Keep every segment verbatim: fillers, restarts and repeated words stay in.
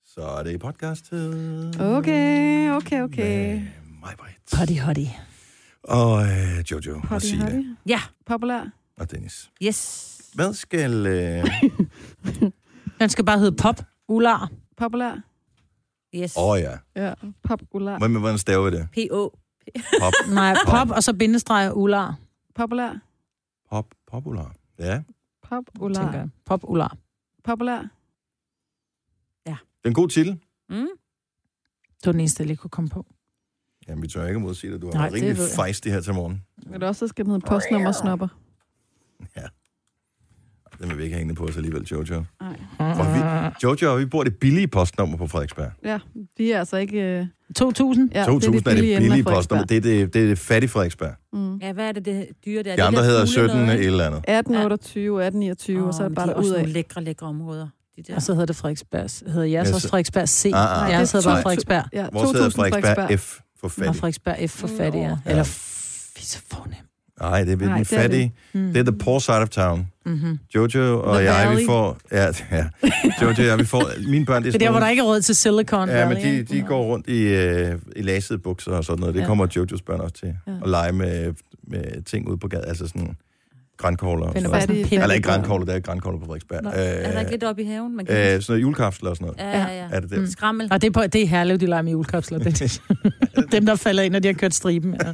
Så er det podcast-tid. Okay, okay, okay. Med mig, Britt. Hotty, hotty. Og øh, Jojo og Signe. Ja. Populær. Og Dennis. Yes. Hvad skal... Øh... Den skal bare hedde Pop Ular. Populær. Yes. Åh oh, ja. Ja, populær. Hvad med, hvordan staver vi det? P O Pop. Nej, Pop og så bindestreg Ular. Populær. Pop. Popular. Ja. Populær. Pop Ular. Populær. Det er en god titel. Mm. Det var den eneste, jeg lige kunne komme på. Jamen, vi tør ikke modsige dig. Du har Nej, været rimelig det ved jeg. fejstig her til morgen. Men det også, så skal den hedde postnummersnopper. Ja. Den vil vi ikke hænge på os alligevel, Jojo. Nej. Og vi, Jojo, vi bor det billige postnummer på Frederiksberg. Ja, de er altså ikke... Uh... to tusind? Ja, to tusind det er det er det billige, billige ende af postnummer. Det er det, det er det fattige Frederiksberg. Mm. Ja, hvad er det, det dyre der? De andre det hedder der sytten fugle noget, et eller andet. atten otteogtyve, atten niogtyve, oh, og så er det bare de er også ud af. nogle lækre, lækre områder. De der. Og så hedder det Frederiksberg. Hedder jeres Ja, også så- Frederiksberg C? Ah, ah. Jeg hedder bare Nej. Frederiksberg. Ja, Vores hedder to tusind Frederiksberg F for Og fattig. Frederiksberg F for fattige. Nå. Eller f- så fornem. Nej, det er Nej, den det er fattige. Mm. Det er the poor side of town. Mm-hmm. Jojo og The jeg, Valley. vi får... Ja, ja. Jojo og jeg, vi får... Mine børn, det er Det er sådan der, hvor nogle- der ikke er råd til Silicon Ja, men Valley, de, ikke? de går rundt i, øh, i lasede bukser og sådan noget. Det Ja. kommer Jojos børn også til. Ja. At lege med, med ting ude på gaden. Altså sådan grænkogler. og Finder sådan bare sådan Fattige- en pind. Eller ikke grænkogler, der er grænkogler på Frederiksberg. Nå, Øh, er der ikke lidt oppe i haven? Man kan øh, sådan noget julekapsler og sådan noget. ja, ja, ja. Er det det? Mm. Skrammel. Og det er, på, det er herligt, de leger med julekapsler. Det. Dem, der falder ind, når de har kørt striben. Ja.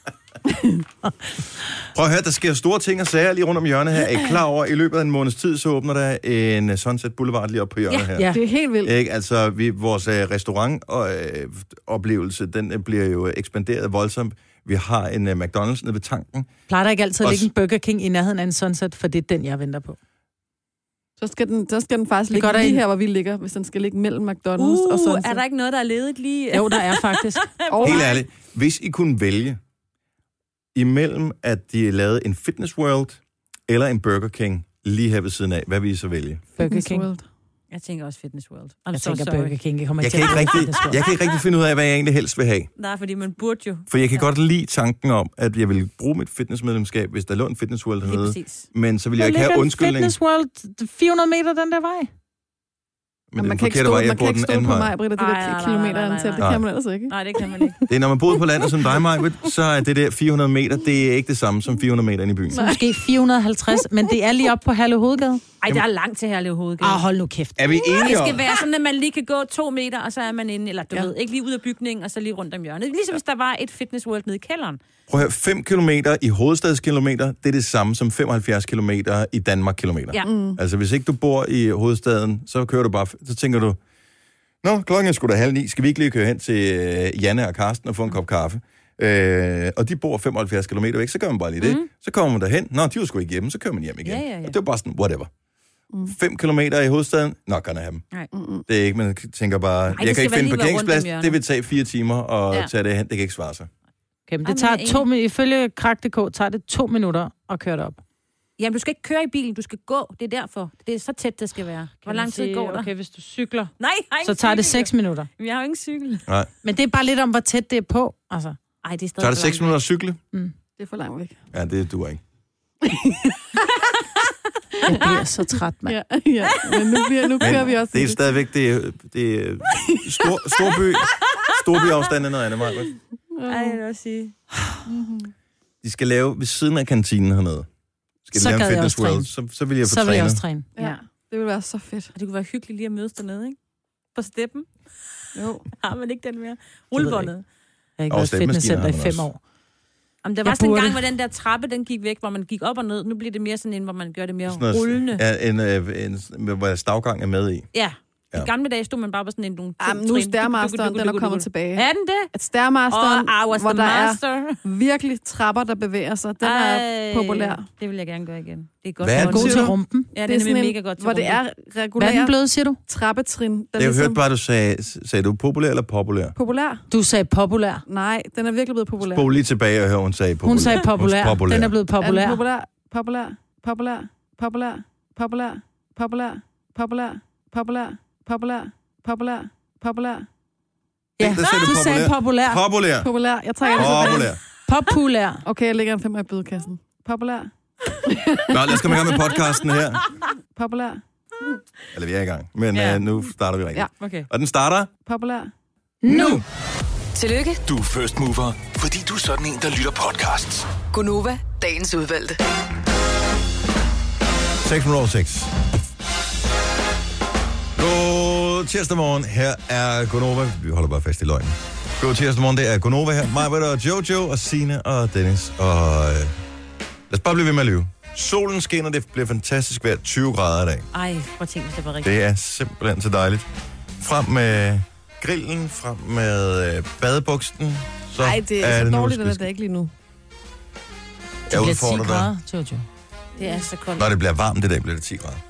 Prøv at høre, der sker store ting og sager lige rundt om hjørnet her. Er I klar over, at i løbet af en måneds tid, så åbner der en Sunset Boulevard lige op på hjørnet Ja, her? ja. Det er helt vildt. Ikke? Altså, vi, vores øh, restaurantoplevelse, den øh, bliver jo ekspanderet voldsomt. Vi har en øh, McDonald's nede ved tanken. Plejer der ikke altid at Også- ligge en Burger King i nærheden af en Sunset, for det er den, jeg venter på. Så skal den, så skal den faktisk Det ligge går der lige ind. her, hvor vi ligger, hvis den skal ligge mellem McDonald's Uh, og Sunset. er der ikke noget, der er ledigt lige? Jo, der er faktisk. Og Helt ærligt, hvis I kunne vælge imellem, at de lavede en Fitness World eller en Burger King lige her ved siden af, hvad vil I så vælge? Burger Fitness King. World. Jeg tænker også Fitness World. I'm Jeg so tænker sorry. Burger King. Jeg, kommer Jeg til kan, at ikke kalde rigtig, det Fitness World. jeg kan ikke rigtig finde ud af, hvad jeg egentlig helst vil have. Nej, fordi man burde jo. For jeg kan godt lide tanken om, at jeg vil bruge mit fitnessmedlemskab, hvis der lå en Fitness World Lige hernede. præcis. Men så vil jeg Der ikke ligger have en undskyldning. Fitness World fire hundrede meter den der vej. Men man den kan ikke forkerte stå, vej, jeg man kan bor ikke den stå anden på vej. mig, Britt, og det Nej, der nej, nej, kilometer nej, nej, antal. Det nej. kan man ellers ikke. Nej, det kan man ikke. Det er, når man boede på landet som dig, Maj, så er det der fire hundrede meter, det er ikke det samme som fire hundrede meter inde i byen. Så måske fire hundrede og halvtreds, men det er lige op på Herlev Hovedgade. Ej, der er langt til Herlev Hovedgade. Ah, hold nu kæft. Er vi Det enige om? skal være sådan, at man lige kan gå to meter, og så er man inde, eller du Ja. ved, ikke lige ud af bygningen, og så lige rundt om hjørnet. Ligesom hvis der var et Fitness World nede i kælderen. Prøv at høre, fem kilometer i hovedstadskilometer, det er det samme som femoghalvfjerds kilometer i Danmark kilometer. Ja. Mm. Altså, hvis ikke du bor i hovedstaden, så kører du bare, så tænker du, nå, klokken er sgu da halv ni, skal vi ikke lige køre hen til øh, Janne og Karsten og få en kop kaffe? Øh, og de bor femoghalvfjerds kilometer væk, så gør man bare lige det. Mm. Så kommer man derhen, nå, de var sgu ikke hjemme, så kører man hjem igen. Ja, ja, ja. Og det var bare sådan, whatever. Mm. Fem kilometer i hovedstaden, nok kan jeg have dem. Nej. Mm-mm. Det er ikke, man tænker bare, det jeg kan skal ikke være finde lige være rundt om parkeringsplads, hjørnet. det vil tage fire timer at Ja. tage det hen, det kan ikke svare sig. Okay, men det Jamen, tager jeg er to, min- ifølge Krak punktum d k tager det to minutter at køre det op. Jamen, du skal ikke køre i bilen, du skal gå. Det er derfor. Det er så tæt, det skal være. Hvor lang tid går der? Okay, hvis du cykler, Nej, jeg har så ingen tager det cykel. seks minutter. Men jeg har jo ingen cykel. Men det er bare lidt om, hvor tæt det er på. Altså, Ej, det er stadig Så er det for seks langt. minutter at cykle? Det er for langt væk. Ja, det duer ikke. jeg bliver så træt, mand. Ja, ja. Men nu, bliver, nu kører vi også. det er i stadigvæk, det er, det er stor, storby, storbyafstand er noget andet, Maja. Ej, jeg vil også sige. De skal lave ved siden af kantinen hernede. Skal de Så lave en gad jeg fitness også world, så, så vil jeg få Så vil jeg trænet. også træne. Ja, det vil være så fedt. Og det kunne være hyggeligt lige at mødes dernede, ikke? På steppen. Jo. Har man ikke den mere? jeg Rullebåndet. Jeg har ikke Og været i fitnesscenter i stepmaskiner fem har man år. Jamen, der var Jeg sådan en burde. gang, hvor den der trappe, den gik væk, hvor man gik op og ned. Nu bliver det mere sådan en, hvor man gør det mere Sådan noget- rullende. Ja, en, øh, en, en, hvor stavgang er med i. Ja. Ja. I gamle dage stod man bare på sådan en nogle Jamen, nu er Stairmasteren, den er kommet tilbage. Er den det? At Stairmasteren, Og I was hvor the der master. er virkelig trapper, der bevæger sig, den Ej, er populær. Det vil jeg gerne gøre igen. Det er godt. Hvad er for den God ånden. til du? rumpen. Ja, det Det er er sådan nemlig en, mega godt til hvor det rumpen. er Hvad er den regulære blevet, siger du? trappetrin. Der Jeg ligesom hørte bare, du sagde, sagde du populær eller populær? populær. Du sagde populær. Nej, den er virkelig blevet populær. Spol lige tilbage og hør, hun sagde populær. Hun sagde populær. populær. Den er blevet Er den populær. populær, populær, populær, populær, populær, populær, populær, populær, populær, populær, populær. Ja, Der sagde du sagde populær. Populær. Populær. Jeg tager det tilbage. Populær. Populær. Okay, jeg lægger en femmer i bødekassen. Populær. Nå, lad os komme i gang med podcasten her. Populær. Eller vi er i gang. Men Ja. øh, nu starter vi rigtigt. Ja. Okay. Og den starter Populær. nu. Tillykke, Du er first mover, fordi du er sådan en, der lytter podcasts. Gunova, dagens udvalgte. seks minutter over seks. God tirsdag morgen. Her er Gunova. Vi holder bare fast i løgnen. God tirsdag morgen. Det er Gunova her. Mig, og Jojo og Signe og Dennis. Og øh, lad os bare blive ved med at lyve. Solen skinner. Det bliver fantastisk vejr. tyve grader i dag. Ej, prøv at tænke, hvis det var rigtigt. Det er simpelthen så dejligt. Frem med grillen. Frem med øh, badebuksen. Så Nej, det er, er så nu, dårligt, skal- at det er ikke lige nu. Det Jeg bliver ti udfordrer dig. grader, Jojo. Det er så koldt. Når det bliver varmt i dag, bliver det ti grader.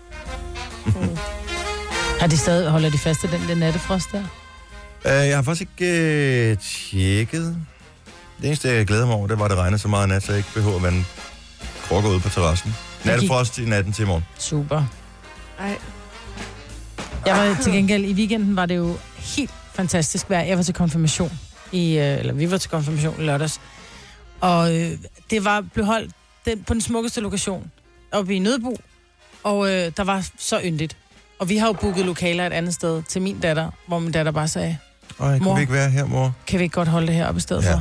Har de stadig, holder de fast i den der nattefrost der? Uh, jeg har faktisk ikke uh, tjekket. Det eneste, jeg glæder mig over, det var, at det regnede så meget i nat, så jeg ikke behøver at vande krukker ude på terrassen. Nattefrost i natten til i morgen. Super. Ej. Jeg var til gengæld, i weekenden var det jo helt fantastisk vejr. Jeg var til konfirmation, i, øh, eller vi var til konfirmation i lørdags. Og øh, det var blev holdt den, på den smukkeste lokation, oppe i Nødebo. Og øh, der var så yndigt. Og vi har jo booket lokaler et andet sted til min datter, hvor min datter bare sagde, Ej, kan Mor. vi ikke være her, mor? kan vi ikke godt holde det heroppe i stedet Ja. for?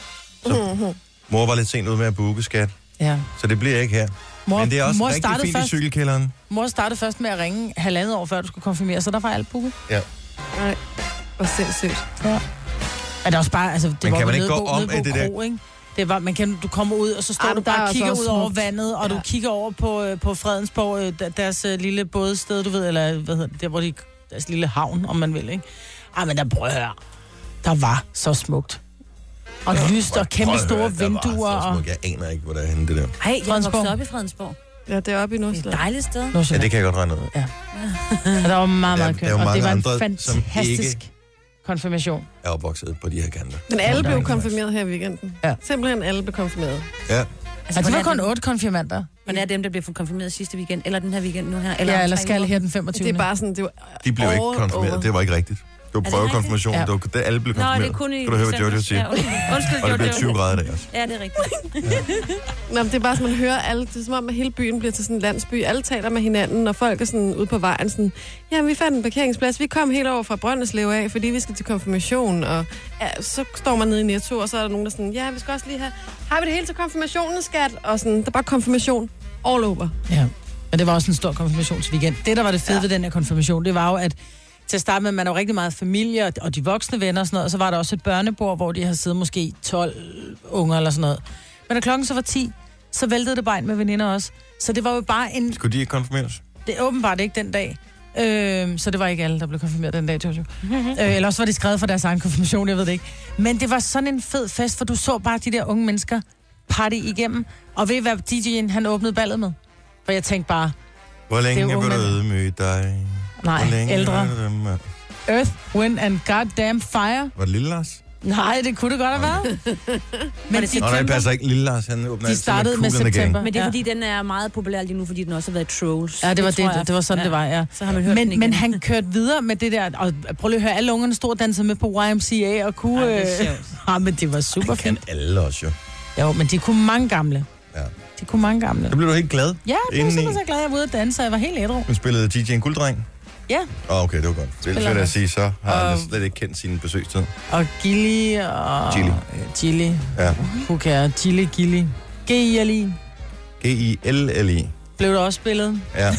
Så, mor var lidt sent ude med at booke, skat. Ja. Så det bliver ikke her. Mor, Men det er også mor rigtig startede fint i først, cykelkælderen. Mor startede først med at ringe halvandet år før du skulle konfirmere, så der var alt booket. Ja. Nej, hvor sindssygt. Ja. Er det også bare, altså, det Men var kan man på ikke gå Nødebo- om Nødebo af det der? Kro, ikke? Det var, man kan, du kommer ud, og så står Jamen, du der er bare og altså kigger også ud over smukt. vandet, og Ja. du kigger over på, øh, på Fredensborg, øh, der- deres øh, lille bådested, du ved, eller hvad hedder det, der hvor de, deres lille havn, om man vil, ikke? Ej, men der prøv at høre. Der var så smukt. Og ja, lyst og kæmpe Prøv at store høre, der var vinduer. så Og... smukt. Jeg aner ikke, hvor der er henne, det der. Ej, jeg er Fredensborg. vokset op i Fredensborg. Ja, det er oppe i Det er et Nordsjælland. dejligt sted. Ja, det kan jeg godt regne ud. Ja. Og der var meget, meget Der- der er jo kønt. Og det mange var en andre, som fantastisk konfirmation. Jeg er opvokset på de her kanter. Men alle Der er blev ikke konfirmeret her i weekenden. Ja. Simpelthen alle blev konfirmeret. Ja. Altså, Altså, det var kun hvordan- otte konfirmander. hvordan er dem, der blev konfirmeret sidste weekend, eller den her weekend nu her? Eller Ja, om eller tre skal uger? her den Det femogtyvende er bare sådan, det var De blev ikke all konfirmeret. over. Det var ikke rigtigt. Det var det prøvekonfirmation. rigtigt? Det var, det, alle blev Nå, konfirmeret. det er kun i Skal du høre, hvad december. Jojo siger? Ja, undskyld, undskyld, Og det bliver Jojo. tyve grader i dag også. Ja, det er rigtigt. Nå, men det er bare sådan, man hører alle, det er som om, at hele byen bliver til sådan en landsby. Alle taler med hinanden, og folk er sådan ude på vejen sådan, ja, vi fandt en parkeringsplads. Vi kom helt over fra Brønderslev af, fordi vi skal til konfirmation. Og ja, så står man nede i Netto, og så er der nogen, der sådan, ja, vi skal også lige have, har vi det hele til konfirmationen, skat? Og sådan, der er bare konfirmation all over. Ja, men det var også en stor konfirmationsweekend. Det, der var det fede ja. ved den her konfirmation, det var jo, at til at starte med, man er jo rigtig meget familie, og- og de voksne venner og sådan noget, og så var der også et børnebord, hvor de havde siddet måske tolv unger eller sådan noget. Men da klokken så var ti, så væltede det bare ind med veninder også. Så det var jo bare en... Skulle de ikke konfirmeres? Det er åbenbart ikke den dag. Øh, så det var ikke alle, der blev konfirmeret den dag, Jojo. øh, eller også var det skrevet for deres egen konfirmation, jeg ved det ikke. Men det var sådan en fed fest, for du så bare de der unge mennesker party igennem. Og ved I, hvad D J'en han åbnede ballet med? For jeg tænkte bare, Hvor længe Det er vil unge du mænd. ydmyge dig? nej, Hvor længe ældre. vil du med- Earth, Wind and Goddamn Fire. Var det Lille Lars? Nej, det kunne det godt have været. Men de, Nå, nej, det passer ikke. Lille Lars, han åbner de altid startede med Kool and the Gang. september. Men det er Ja. fordi, den er meget populær lige nu, fordi den også har været Trolls. Ja, det var, tror det, jeg. det var sådan, ja. det var, ja. Så har man hørt den Men, igen. men han kørte videre med det der, og prøv lige at høre, alle ungerne stod og dansede med på Y M C A, og kunne... Ej, det er øh, sjovt. Ja, men det var super Det kan fint. alle også jo. Jo, men de kunne mange gamle. Ja. De kunne mange gamle. Så blev du helt glad. Ja, jeg blev Indeni. simpelthen så glad, at jeg var ude at danse, og jeg var helt ædru. Hun spillede D J'en Gulddreng. Ja, Åh, oh, okay, det var godt. Det Spiller vil jeg han. sige, så har Og- han slet ikke kendt sin besøgstid. og Gilly og... Gilly. Gilly. Ja. Who cares? Gilly, Gilly. G I L I. G I L L I. Blev der også spillet? Ja.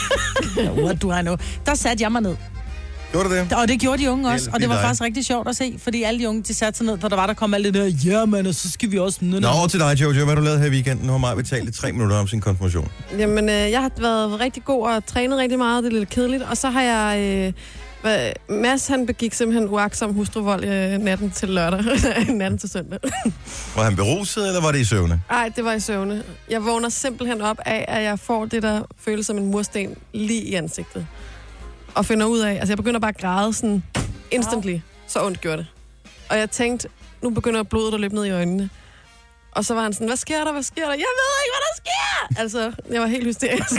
What do I know? Der satte jeg mig ned. Gjorde du det? Og det gjorde de unge også, Det er og det var dig. faktisk rigtig sjovt at se, fordi alle de unge, de satte sig ned, for der var der kom alt det der, ja, men og så skal vi også... Nå, Nå, over til dig, Jojo. Hvad har du lavet her i weekenden? Nu har Maja betalt i tre minutter om sin konfirmation. Jamen, øh, jeg har været rigtig god og trænet rigtig meget, det er lidt kedeligt. Og så har jeg... Øh, hvad- Mads, han begik simpelthen uagtsom hustruvold øh, natten til lørdag. natten til søndag. Var han beruset, eller var det i søvne? Nej, det var i søvne. Jeg vågner simpelthen op af, at jeg får det, der føles som en mursten lige i ansigtet. Og finder ud af... Altså, jeg begynder bare at græde sådan instantly. Så ondt gjorde det. Og jeg tænkte, nu begynder blodet at løbe ned i øjnene. Og så var han sådan, hvad sker der, hvad sker der? Jeg ved ikke, hvad der sker! Altså, jeg var helt hysterisk.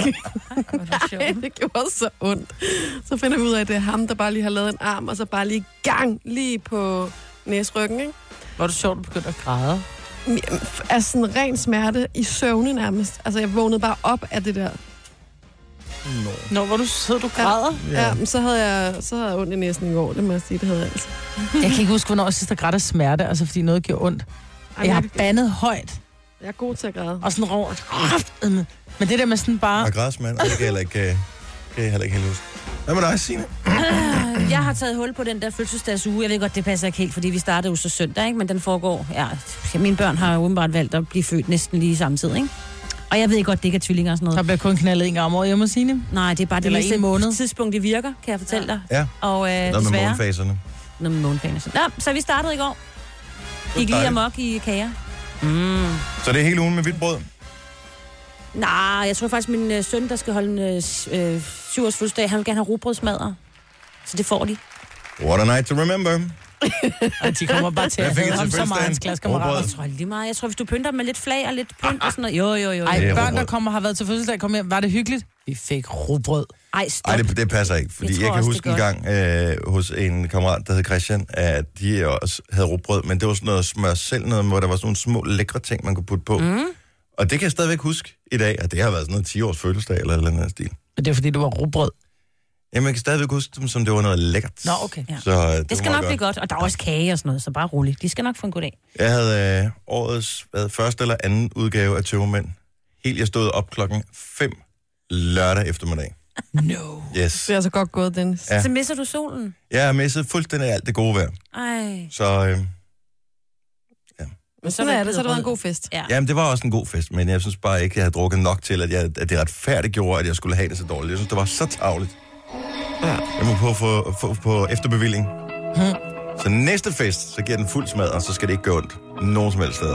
Ej, det gjorde så ondt. Så finder jeg ud af, at det er ham, der bare lige har lavet en arm, og så bare lige gang, lige på næsryggen, ikke? Var det sjovt, at du begyndte at græde? Altså sådan ren smerte i søvne nærmest. Altså, jeg vågnede bare op af det der. Nå. Nå, hvor du sidder, du græder. Ja, ja men så havde, jeg, så havde jeg ondt i næsen i går, det må jeg sige, det havde jeg altså. Jeg kan ikke huske, hvornår jeg sidst har grædt af smerte, altså fordi noget gjorde ondt. Ej, Jeg har jeg, bandet højt, jeg er god til at græde. og sådan råd. Men det der med sådan bare... Og græsmand, og det kan jeg heller ikke, øh, kan jeg heller ikke helt huske. Hvad med dig, Signe? Jeg har taget hul på den der fødselsdagsuge. Jeg ved godt, det passer ikke helt, fordi vi startede jo så søndag, ikke? Men den foregår... Ja, mine børn har jo åbenbart valgt at blive født næsten lige samtidig, ikke? Og jeg ved godt, det ikke er tvillinger og sådan noget. Der bliver kun knaldet en gang om året hjemme hos Signe. Nej, det er bare det Eller eneste en måned. tidspunkt, det virker, kan jeg fortælle dig. Ja, Og øh, noget med desværre... månefaserne. Noget med månefaserne. Nå, så vi startede i går. Gik lige amok i kager. Mm. Så det er hele ugen med hvidt brød? Nej, jeg tror faktisk, min øh, søn, der skal holde en øh, syv års fødselsdag, han vil gerne have rugbrødsmadder. Så det får de. What a night to remember. Og de kommer bare til Hvad at fik I have til ham så meget fødselsdagen? hans klassekammerater. Rugbrød. Jeg tror lige meget. Jeg tror, hvis du pynter med lidt flag og lidt pynt og sådan noget. Jo, jo, jo. Ej, Det er børn, rugbrød. der kommer har været til fødselsdag, kom hjem. Var det hyggeligt? Vi fik rugbrød. Ej, stop. Nej, det, det passer ikke, fordi Jeg jeg, tror jeg kan også, huske det en gang øh, hos en kammerat, der hed Christian, at de også havde rugbrød, men det var sådan noget smør selv, noget, hvor der var sådan nogle små lækre ting, man kunne putte på. Mm. Og det kan jeg stadigvæk huske i dag, at det har været sådan noget ti års fødselsdag eller eller andet stil. Men det er fordi, det var rugbrød. Jamen, jeg kan stadigvæk huske dem, som det var noget lækkert. Nå, okay. Ja. Så, øh, det, Det skal nok blive godt. Og der er også kage og sådan noget, så bare roligt. De skal nok få en god dag. Jeg havde øh, årets hvad, første eller anden udgave af Tømmermænd. Helt jeg stod op klokken fem lørdag eftermiddag. No. Yes. Det er altså godt gået, Dennis. Ja. Så misser du solen. Jeg har misset fuldstændig alt det gode vejr. Ej. Så øh, Men sådan er det, så har det været en god fest. Ja. jamen, det var også en god fest, men jeg synes bare ikke, jeg havde drukket nok til, at, jeg, at det retfærdiggjorde, at jeg skulle have det så dårligt. Jeg synes, det var så tarveligt. Ja. Jeg må på, få, få, på efterbevilling. Hmm. Så næste fest, så giver den fuld smad, og så skal det ikke gå ondt. Nogen som helst steder.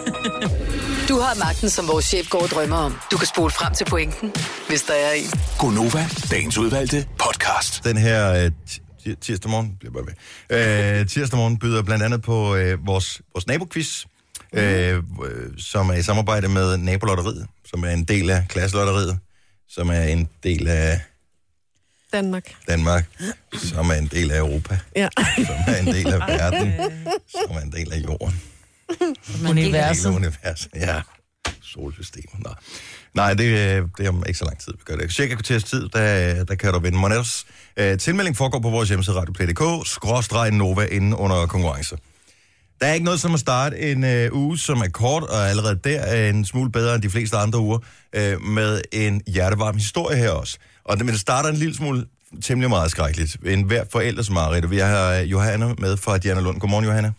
Du har magten, som vores chef går og drømmer om. Du kan spole frem til pointen, hvis der er en. Gonova, dagens udvalgte podcast. Den her øh, ti- tirsdag morgen, bliver bare ved. Øh, tirsdag morgen byder blandt andet på øh, vores, vores naboquiz, mm. øh, som er i samarbejde med Nabolotteriet, som er en del af Klasselotteriet, som er en del af Danmark. Danmark, som er en del af Europa, Ja. som er en del af verden, som er en del af jorden. Universet. Hele universet, ja. Solsystemet, nej. Nej, det, det er om ikke så lang tid, vi gør det. Cirka kvarters tid, der, der kan du vinde Moneters. Uh, tilmelding foregår på vores hjemmeside radioplay punktum d k, skråstreg Nova inden under konkurrencer. Der er ikke noget som at starte en uh, uge, som er kort, og allerede der er en smule bedre end de fleste andre uger, uh, med en hjertevarm historie her også. Og det, men det starter en lille smule temmelig meget skrækkeligt. En hver forældres mareridt. Vi har uh, Johanna med fra Diana Lund. Godmorgen, Johanna.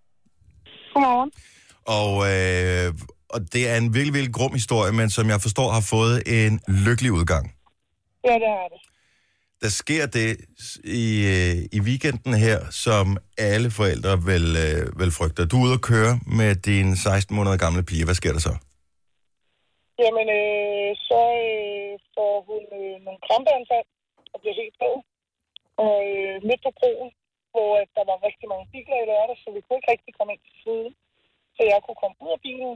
Godmorgen. Og, øh, og det er en virkelig, virkelig grum historie, men som jeg forstår har fået en lykkelig udgang. Ja, det er det. Der sker det i, øh, i weekenden her, som alle forældre vil, øh, vil frygte. Du er ude at køre med din seksten måneder gamle pige. Hvad sker der så? Jamen, øh, så øh, får hun øh, nogle krampeanfald og bliver helt blå. Og øh, midt på broen, hvor øh, der var rigtig mange biler i lørdag, så vi kunne ikke rigtig komme ind til siden. Så jeg kunne komme ud af bilen.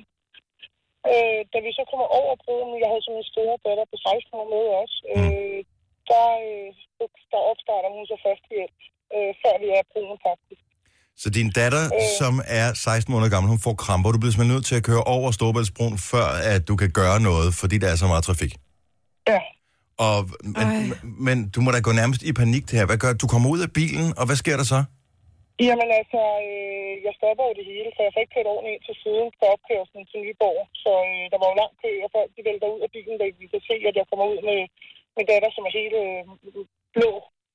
Øh, da vi så kommer over broen, jeg havde sådan en store datter på seksten år med også, øh, der, øh, der opstarter hun så først hjælp, øh, før vi er på broen faktisk. Så din datter, øh. som er seksten måneder gammel, hun får kramper. Du bliver simpelthen nødt til at køre over Storebæltsbroen, før at du kan gøre noget, fordi der er så meget trafik. Ja. Og, men, men du må da gå nærmest i panik det her. Hvad gør du? kommer ud af bilen, og hvad sker der så? Jamen altså, øh, jeg stopper jo det hele, så jeg får ikke kørt ordentligt ind til siden på opkørslen til Nyborg. Så øh, der var jo lang kø, og folk de vælter ud af bilen, da vi kan se, at jeg kommer ud med min datter, som er helt øh, blå.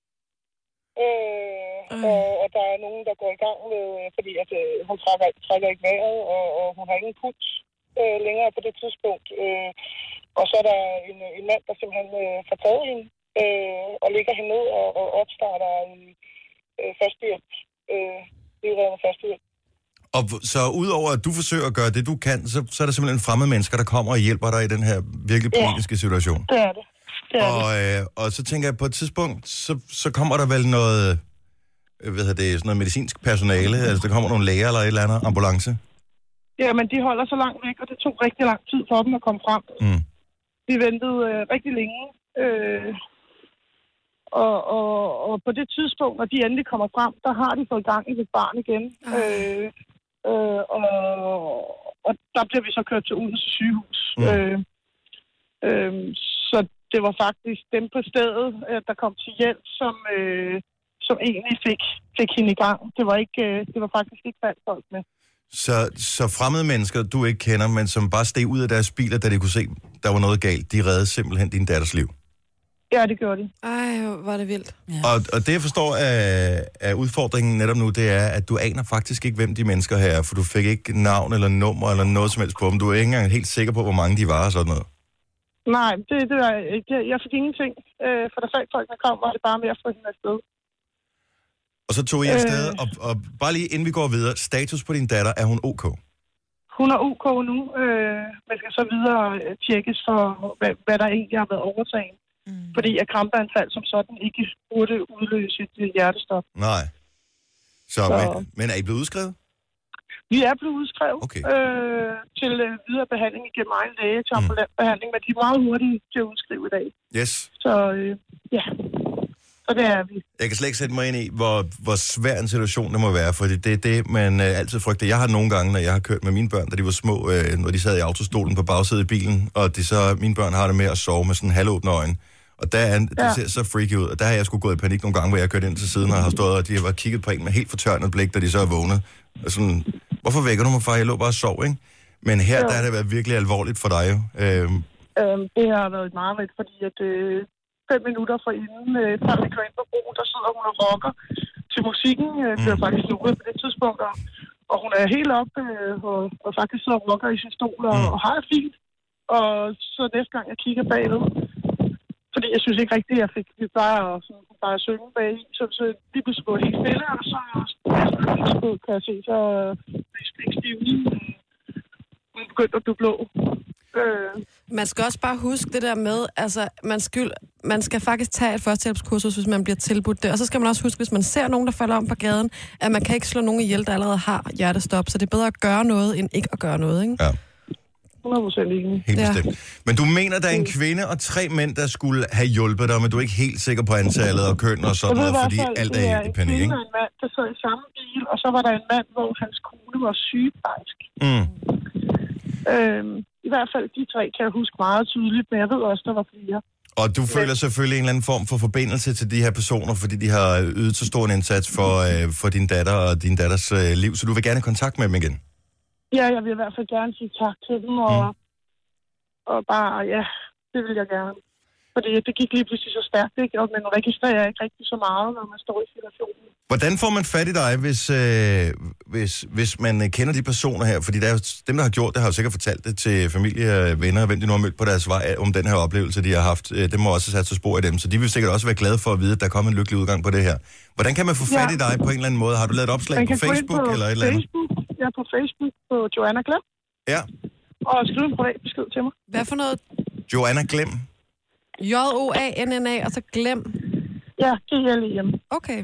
Øh, mm. og, og der er nogen, der går i gang med, fordi at, øh, hun trækker, trækker ikke vejret, og, og hun har ingen puls øh, længere på det tidspunkt. Øh, og så er der en, en mand, der simpelthen øh, får taget hende øh, og ligger hende ned og, og opstarter øh, førstehjælp. Øh, livredende førstehjælp. Og så udover at du forsøger at gøre det, du kan, så, så er der simpelthen fremmede mennesker, der kommer og hjælper dig i den her virkelig politiske ja, situation. det er det. det, er og, det. Øh, og så tænker jeg, på et tidspunkt, så, så kommer der vel noget, hvad hedder det, sådan noget medicinsk personale, altså der kommer nogle læger eller et eller andet, ambulance? Ja, men de holder så langt væk, og det tog rigtig lang tid for dem at komme frem. Mm. Vi ventede øh, rigtig længe, øh, og, og, og på det tidspunkt, når de endelig kommer frem, der har de fået gang i et barn igen. Øh, øh, og, og der bliver vi så kørt til Odense sygehus. Mm. Øh, øh, så det var faktisk dem på stedet, øh, der kom til hjælp, som, øh, som egentlig fik, fik hende i gang. Det var, ikke, øh, det var faktisk ikke faldt folk med. Så, så fremmede mennesker, du ikke kender, men som bare steg ud af deres biler, da de kunne se, der var noget galt, de reddede simpelthen din datters liv? Ja, det gjorde de. Ej, var det vildt. Ja. Og, og det, jeg forstår af, af udfordringen netop nu, det er, at du aner faktisk ikke, hvem de mennesker her er, for du fik ikke navn eller nummer eller noget som helst på dem. Du er ikke engang helt sikker på, hvor mange de var og sådan noget. Nej, det, det var ikke. Jeg fik ingenting. Øh, for da folk, folkene kom, var det bare med at få hende afsted. Og så tog I afsted, øh... og, og bare lige inden vi går videre, status på din datter, er hun ok? Hun er ok nu, øh, men skal så videre tjekkes for, hvad, hvad der egentlig har været overtaget. Mm. Fordi at krampeanfald som sådan ikke burde udløse et hjertestop. Nej. Så, så... Men, men er I blevet udskrevet? Vi er blevet udskrevet okay. øh, til øh, videre behandling igennem egen læge, til ambulant mm. behandling, men de er meget hurtige til at udskrive i dag. Yes. Så øh, ja, så det er vi. Jeg kan slet ikke sætte mig ind i, hvor, hvor svær en situation det må være, for det er det, man øh, altid frygter. Jeg har nogle gange, når jeg har kørt med mine børn, da de var små, øh, når de sad i autostolen på bagsædet i bilen, og de så, mine børn har det med at sove med sådan halvåbne øjne. Og der er, det ser så freaky ud, og der har jeg sgu gået i panik nogle gange, hvor jeg har kørt ind til siden og har stået, og de har kigget på en med helt fortørnet blik, da de så er vågnet. Og sådan, hvorfor vækker du mig, far? Jeg lå bare og sov, ikke? Men her, jo. Der har det været virkelig alvorligt for dig, jo. Øhm. Øhm, det har været et mareridt, fordi at øh, fem minutter for inden, øh, før vi kører ind på broen, der sidder hun og rocker til musikken. Øh, det er mm. faktisk lukket på det tidspunkt, og, og hun er helt op øh, og, og faktisk sidder og rocker i sin stol og, mm. og har det fint. Og så næste gang, jeg kigger bagved, fordi jeg synes ikke rigtigt, at jeg fik vi bare at, sådan, bare at synge bag i, så, så lige pludselig går helt stille, og så, så kan jeg se, så blev stivningen, hun begyndte at blive blå. Øh. Man skal også bare huske det der med, altså, man skal, man skal faktisk tage et førstehjælpskursus, hvis man bliver tilbudt det. Og så skal man også huske, hvis man ser nogen, der falder om på gaden, at man kan ikke slå nogen ihjel, der allerede har hjertestop. Så det er bedre at gøre noget, end ikke at gøre noget, ikke? Ja. hundrede procent enig. Helt bestemt. Ja. Men du mener, der er en kvinde og tre mænd, der skulle have hjulpet dig, men du er ikke helt sikker på antallet og køn og sådan noget, fordi fald, alt er i panik, ikke? Det er en mand, der sad i samme bil, og så var der en mand, hvor hans kone var sygeplejerske. Mm. Øhm, I hvert fald de tre kan jeg huske meget tydeligt, men jeg ved også, der var flere. Og du føler selvfølgelig en eller anden form for forbindelse til de her personer, fordi de har ydet så stor en indsats for, øh, for din datter og din datters øh, liv, så du vil gerne have kontakt med dem igen? Ja, jeg vil i hvert fald gerne sige tak til dem, og, mm. og bare, ja, det vil jeg gerne. Fordi det gik lige pludselig så stærkt, ikke? Og man registrerer ikke rigtig så meget, når man står i situationen. Hvordan får man fat i dig, hvis, øh, hvis, hvis man kender de personer her? Fordi der er jo, dem, der har gjort det, har jo sikkert fortalt det til familie, venner, hvem de nu har mødt på deres vej, om den her oplevelse, de har haft. Det må også have sat sig spor i dem, så de vil sikkert også være glade for at vide, at der er kommet en lykkelig udgang på det her. Hvordan kan man få fat ja. i dig på en eller anden måde? Har du lavet et opslag på Facebook på eller et eller andet? Facebook. Jeg er på Facebook på Joanna Glem. Ja. Og skriv en privat besked til mig. Hvad for noget? Joanna Glem. J O A N N A, og så Glem. Ja, G L E M. Okay.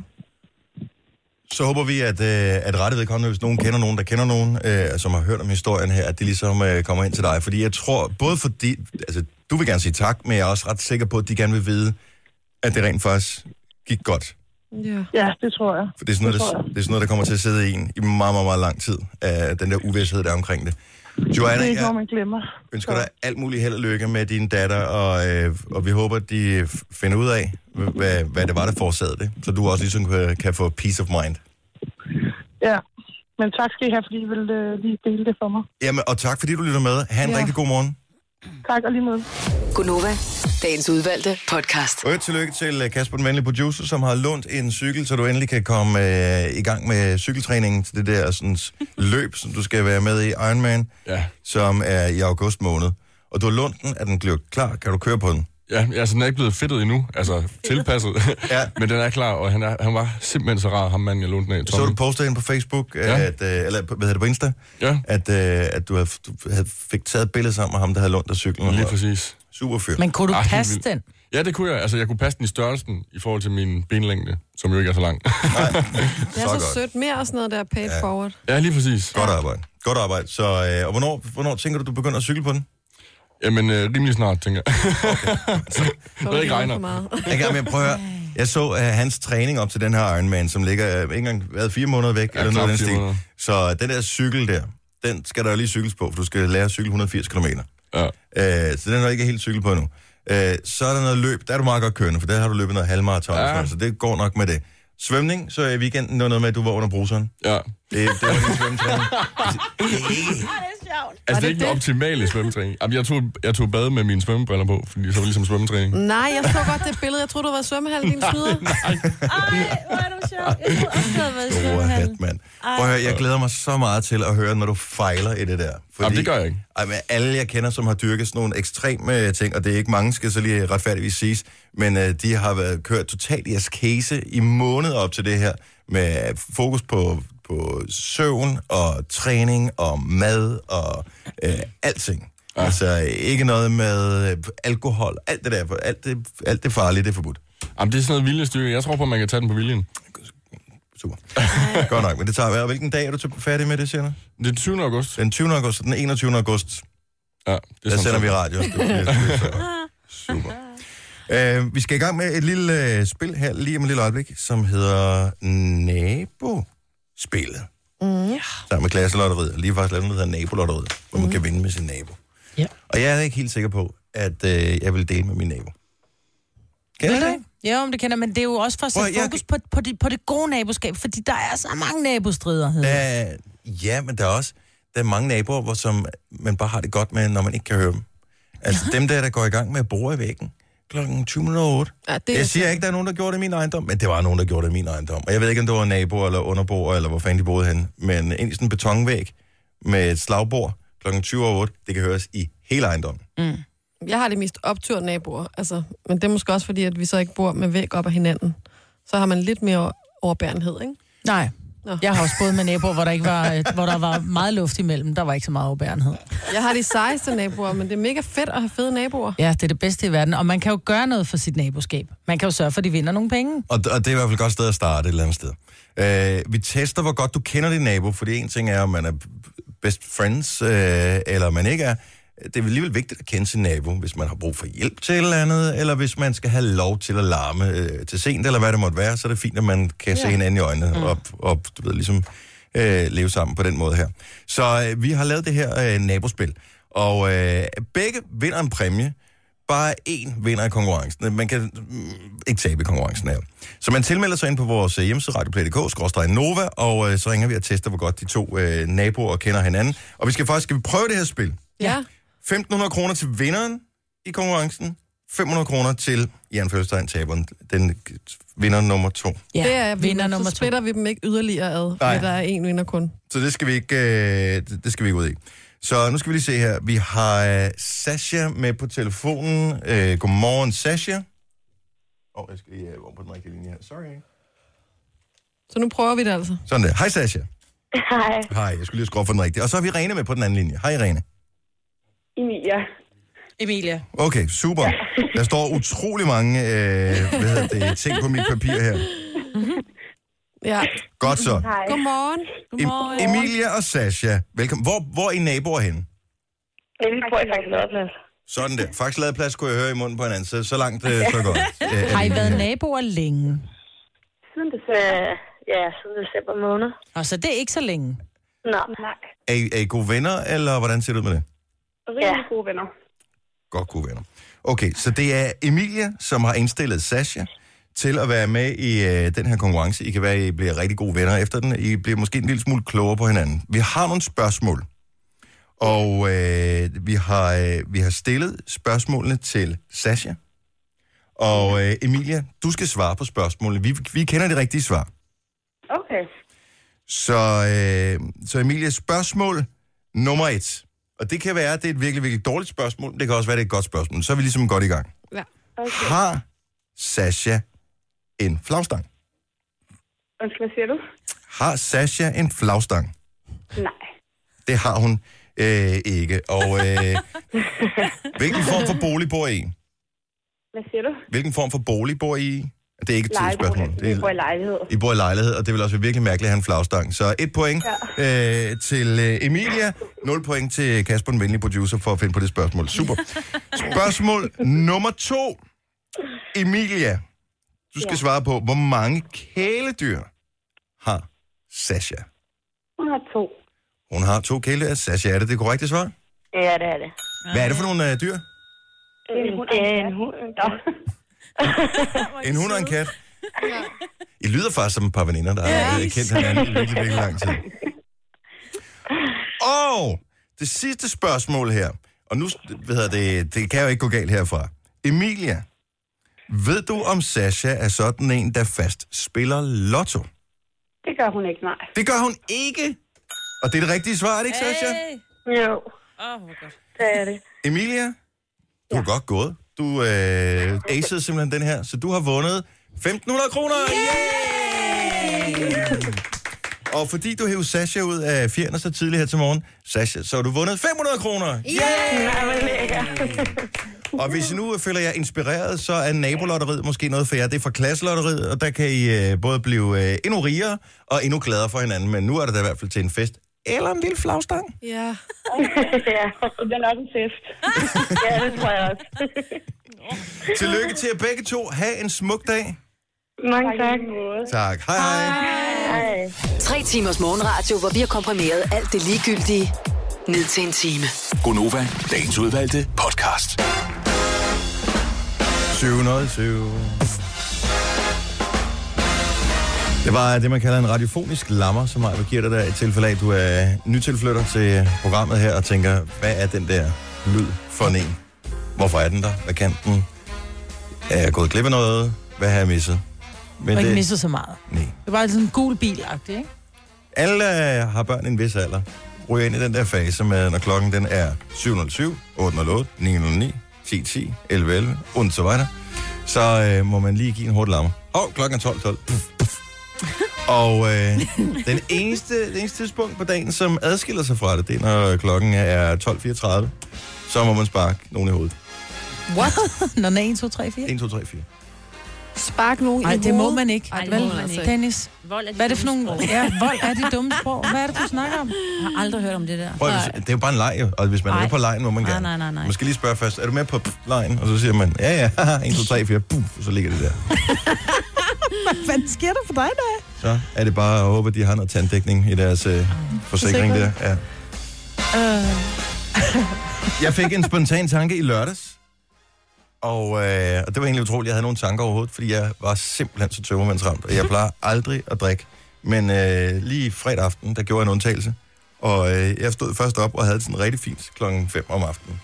Så håber vi, at, øh, at rettet vedkommende, hvis nogen kender nogen, der kender nogen, øh, som har hørt om historien her, at de ligesom øh, kommer ind til dig. Fordi jeg tror, både fordi, altså du vil gerne sige tak, men jeg er også ret sikker på, at de gerne vil vide, at det rent faktisk gik godt. Ja, ja det tror jeg. For det er, sådan noget, det, det er sådan noget, der kommer til at sidde i en i meget, meget, meget lang tid, af den der uvidshed, der er omkring det. Joanna, det er ikke, jeg man glemmer. ønsker dig alt muligt held og lykke med din datter, og, øh, og vi håber, at de finder ud af, hvad, hvad det var, der forårsagede det, så du også ligesom kan, kan få peace of mind. Ja, men tak skal I have, fordi I vil øh, lige dele det for mig. Jamen, og tak fordi du lytter med. Ha' en ja. rigtig god morgen. Tak og lige med. Gunova, dagens udvalgte podcast. Og et tillykke til Kasper, den venlige producer, som har lånt en cykel, så du endelig kan komme øh, i gang med cykeltræningen til det der sådan, løb, som du skal være med i, Ironman, ja. som er i august måned. Og du har lånt den, er den blevet klar? Kan du køre på den? Ja, altså den er ikke blevet fedtet endnu, altså tilpasset, ja. Men den er klar, og han, er, han var simpelthen så rar, ham manden, jeg lånte den af. Så du postet ind på Facebook, ja. at, øh, eller hvad hedder det på Insta, ja. at, øh, at du, havde, du havde fik taget et billede sammen med ham, der havde lånt dig cyklen. Lige præcis. Super fyr. Men kunne du Arh, passe den? Ja, det kunne jeg. Altså, jeg kunne passe den i størrelsen i forhold til min benlængde, som jo ikke er så lang. Nej, det er så, så sødt. Mere og sådan noget der paid ja. forward. Ja, lige præcis. Godt arbejde. Godt arbejde. Så, øh, og hvornår, hvornår tænker du, du begynder at cykle på den? Jamen, øh, rimelig snart, tænker jeg. Okay. Så, det ikke regner. Jeg kan med prøve at høre. Jeg så uh, hans træning op til den her Ironman, som ligger uh, ikke engang været fire måneder væk, ja, eller noget af den stil. Så den der cykel der, den skal der jo lige cykles på, for du skal lære at cykle et hundrede og firs kilometer. Ja. Uh, så den er ikke helt cykel på endnu. Øh, så er der noget løb, der er du meget godt kørende, for der har du løbet noget halvmarathon, Ja. ja. så det går nok med det. Svømning, så i weekenden, det var noget med, at du var under bruseren. Ja. Det, det var din svømmetræning. Altså, det er ikke den optimale svømmetræning. Jamen, jeg tog, jeg tog bad med mine svømmebriller på, fordi så var det ligesom svømmetræning. Nej, jeg så godt det billede. Jeg troede, du var i svømmehallen, din snyder. Ej, hvor er du sjov. Jeg troede også, det havde været i Store svømmehallen. hat, mand. Prøv at høre, jeg glæder mig så meget til at høre, når du fejler i det der. Fordi, Jamen, det gør jeg ikke. Ej, men alle, jeg kender, som har dyrket sådan nogle ekstreme ting, og det er ikke mange, skal så lige retfærdigvis siges, men uh, de har været kørt totalt i askese i måneder op til det her, med fokus på, på søvn og træning og mad og uh, alting. Ja. Altså ikke noget med uh, alkohol, alt det der, for alt det, alt det farlige, det er forbudt. Jamen, det er sådan noget viljestyrke. Jeg tror på, at man kan tage den på viljen. Super. Godt nok, men det tager vi. Hvilken dag er du færdig med det, siger du? Det er den tyvende august. Den tyvende august og den enogtyvende august. Ja, det er Der sådan sender vi så. radio. Det er super. Uh, vi skal i gang med et lille uh, spil her, lige om et lille øjeblik, som hedder Nabospillet. Mm, ja. Sammen med klasselotteriet. Lige faktisk lavet noget, der hedder Nabolotteriet, hvor man kan vinde med sin nabo. Ja. Og jeg er ikke helt sikker på, at uh, jeg vil dele med min nabo. Kan Ved jeg du det? ikke? Ja, om det kender, men det er jo også for at Prøv, sætte jeg fokus på, på, det, på det gode naboskab, fordi der er så mange nabostrider. Der er, ja, men der er også der er mange naboer, hvor som man bare har det godt med, når man ikke kan høre dem. Altså dem der, der går i gang med at bore i væggen klokken tyve nul otte. Ja, det er Jeg siger ikke, der er nogen, der gjorde det i min ejendom, men det var nogen, der gjorde det i min ejendom. Og jeg ved ikke, om det var naboer eller underboer, eller hvor fanden de boede henne. Men ind i sådan en betonvæg med et slagbord klokken tyve otte, det kan høres i hele ejendommen. Mm. Jeg har de mest opturede naboer, altså, men det er måske også fordi, at vi så ikke bor med væg op ad hinanden. Så har man lidt mere overbærenhed, ikke? Nej. Nå. Jeg har også boet med naboer, hvor der, ikke var, hvor der var meget luft imellem. Der var ikke så meget overbærenhed. Jeg har de sejeste naboer, men det er mega fedt at have fede naboer. Ja, det er det bedste i verden. Og man kan jo gøre noget for sit naboskab. Man kan jo sørge for, at de vinder nogle penge. Og, og det er i hvert fald et godt sted at starte et eller andet sted. Uh, vi tester, hvor godt du kender din nabo, fordi en ting er, om man er best friends, uh, eller man ikke er. Det er alligevel vigtigt at kende sin nabo, hvis man har brug for hjælp til et eller andet, eller hvis man skal have lov til at larme øh, til sent, eller hvad det måtte være, så er det fint, at man kan ja. se hinanden i øjnene, mm. og, og du ved, ligesom øh, leve sammen på den måde her. Så øh, vi har lavet det her øh, nabospil, og øh, begge vinder en præmie, bare én vinder i konkurrencen. Man kan mm, ikke tabe i konkurrencen her. Så man tilmelder sig ind på vores hjemmeside, radioplay punktum d k skråstreg nova, og øh, så ringer vi og tester, hvor godt de to øh, naboer kender hinanden. Og vi skal faktisk skal vi prøve det her spil. Ja. femten hundrede kroner til vinderen i konkurrencen, fem hundrede kroner til Jan Følstein, taberen, den vinder nummer to. Ja, Det er vinder nummer så splitter to. vi dem ikke yderligere ad, Nej. fordi der er en vinder kun. Så det skal vi ikke, øh, det det skal vi ikke ud i. Så nu skal vi lige se her. Vi har øh, Sasha med på telefonen. Øh, godmorgen, Sasha. Åh, oh, jeg skal lige øh, over på den rigtige linje her. Sorry. Så nu prøver vi det altså. Sådan der. Hej, Sasha. Hej, Hej, jeg skulle lige skrue for den rigtige. Og så har vi Irene med på den anden linje. Hej, Irene. Emilia. Emilia. Okay, super. Der står utrolig mange øh, hvad hedder det, ting på mit papir her. Ja. Godt så. Hej. Godmorgen. Em- Emilia og Sasha, velkommen. Hvor, hvor er I naboer henne? Vi bor i faktisk Lodplads. Sådan der. Faktisk ladeplads kunne jeg høre i munden på hinanden, så, så langt øh, så godt. Øh, Har I været naboer længe? Siden december, ja, siden december måned. Og så det er ikke så længe. Nå, nej. er, I, er I gode venner, eller hvordan ser det ud med det? Rigtig gode venner. Godt gode venner. Okay, så det er Emilia, som har indstillet Sasha til at være med i øh, den her konkurrence. I kan være, at I bliver rigtig gode venner efter den. I bliver måske en lille smule klogere på hinanden. Vi har nogle spørgsmål. Og øh, vi, har, øh, vi har stillet spørgsmålene til Sasha. Og øh, Emilia, du skal svare på spørgsmålene. Vi, vi kender det rigtige svar. Okay. Så, øh, så Emilia, spørgsmål nummer et. Og det kan være, at det er et virkelig, virkelig dårligt spørgsmål. Men det kan også være, at det er et godt spørgsmål. Så er vi ligesom godt i gang. Ja. Okay. Har Sasha en flagstang? Undskyld, hvad siger du? Har Sasha en flagstang? Nej. Det har hun øh, ikke. Og øh, hvilken form for bolig bor I i? Hvad siger du? Hvilken form for bolig bor I i? Det er ikke et Lejebolig. spørgsmål. Det Vi bor i er, lejlighed. I bor i lejlighed, og det vil også være virkelig mærkeligt at have en flagstang. Så et point ja. øh, til øh, Emilia, nul point til Kasper, den venlige producer, for at finde på det spørgsmål. Super. Spørgsmål nummer to. Emilia, du skal ja. svare på, hvor mange kæledyr har Sasha? Hun har to. Hun har to kæledyr. Sasha, er det det korrekte svar? Ja, det er det. Hvad er det for nogle øh, dyr? Det er en hund. En hund og en kat. I lyder faktisk som et par veninder, der har ja, kendt hinanden i virkelig, virkelig lang tid. Og det sidste spørgsmål her, og nu ved jeg, det, det kan jo ikke gå galt herfra. Emilia, ved du om Sasha er sådan en, der fast spiller lotto? Det gør hun ikke, nej. Det gør hun ikke? Og det er det rigtige svar, er det ikke, Sasha? Hey. Jo. Åh, hvor godt. Det er det. Emilia, du har ja. godt gået. Du øh, acede simpelthen den her, så du har vundet femten hundrede kroner. Yeah! Og fordi du hævde Sasha ud af fjerne så tidligt her til morgen, Sasha, så har du vundet fem hundrede kroner. Yeah! Og hvis I nu føler jer inspireret, så er nabolotteriet måske noget for jer. Det er fra klasselotteriet, og der kan I øh, både blive øh, endnu rigere og endnu gladere for hinanden. Men nu er det da i hvert fald til en fest. Eller en lille flagstang. Ja. Ja, det er nok en fest. Ja, det tror jeg også. Tillykke til jer begge to. Ha' en smuk dag. Mange tak. Tak. Hej hej. Hej. Tre timers morgenradio, hvor vi har komprimeret alt det ligegyldige ned til en time. Gonova, dagens udvalgte podcast. syv nul syv. Det var det, man kalder en radiofonisk lammer, som jeg giver dig der i tilfælde af, at du er nytilflytter til programmet her og tænker, hvad er den der lyd for en? Hvorfor er den der? Hvad kan den? Er jeg gået glip af noget? Hvad har jeg misset? Men jeg har det... ikke misset så meget. Nej. Det var sådan en gul bil-agtig, ikke? Alle har børn i en vis alder. Ryger ind i den der fase med, når klokken den er syv nul syv, otte nul otte, ni nul ni, ti ti, elleve elleve, og så videre. Så øh, må man lige give en hurtig lammer. Åh, oh, klokken er tolv tolv. Puff, puff. Og øh, den eneste, det eneste tidspunkt på dagen, som adskiller sig fra det, det er, når klokken er tolv fireogtredive. Så må man sparke nogen i hovedet. What? Når den er en, to, tre, fire? en, to, tre, fire. Spark nogen i Nej, hovedet? det må man ikke. Ej, det må man ikke. Dennis, Vold er de hvad er det for dumme nogle... sprog. Ja, vold er de dumme sprog. Hvad er det, du snakker om? Jeg har aldrig hørt om det der. Prøv, hvis, det er jo bare en leg, jo. Og hvis man er Ej. med på lejen, må man Nej, gerne. nej, nej, nej. Man skal lige spørge først, er du med på lejen? Og så siger man, ja, ja, haha, en, to, tre, fire, puff, og så ligger det der. Hvad fanden sker der for dig, da? Så er det bare at håbe, at de har noget tanddækning i deres øh, forsikring der. Ja. Uh. Jeg fik en spontan tanke i lørdags. Og, øh, og det var egentlig utroligt, jeg havde nogle tanker overhovedet, fordi jeg var simpelthen så tømmermandsramt, og jeg plejer aldrig at drikke. Men øh, lige fredag aften, der gjorde jeg en undtagelse, og øh, jeg stod først op og havde det sådan rigtig fint klokken fem om aftenen.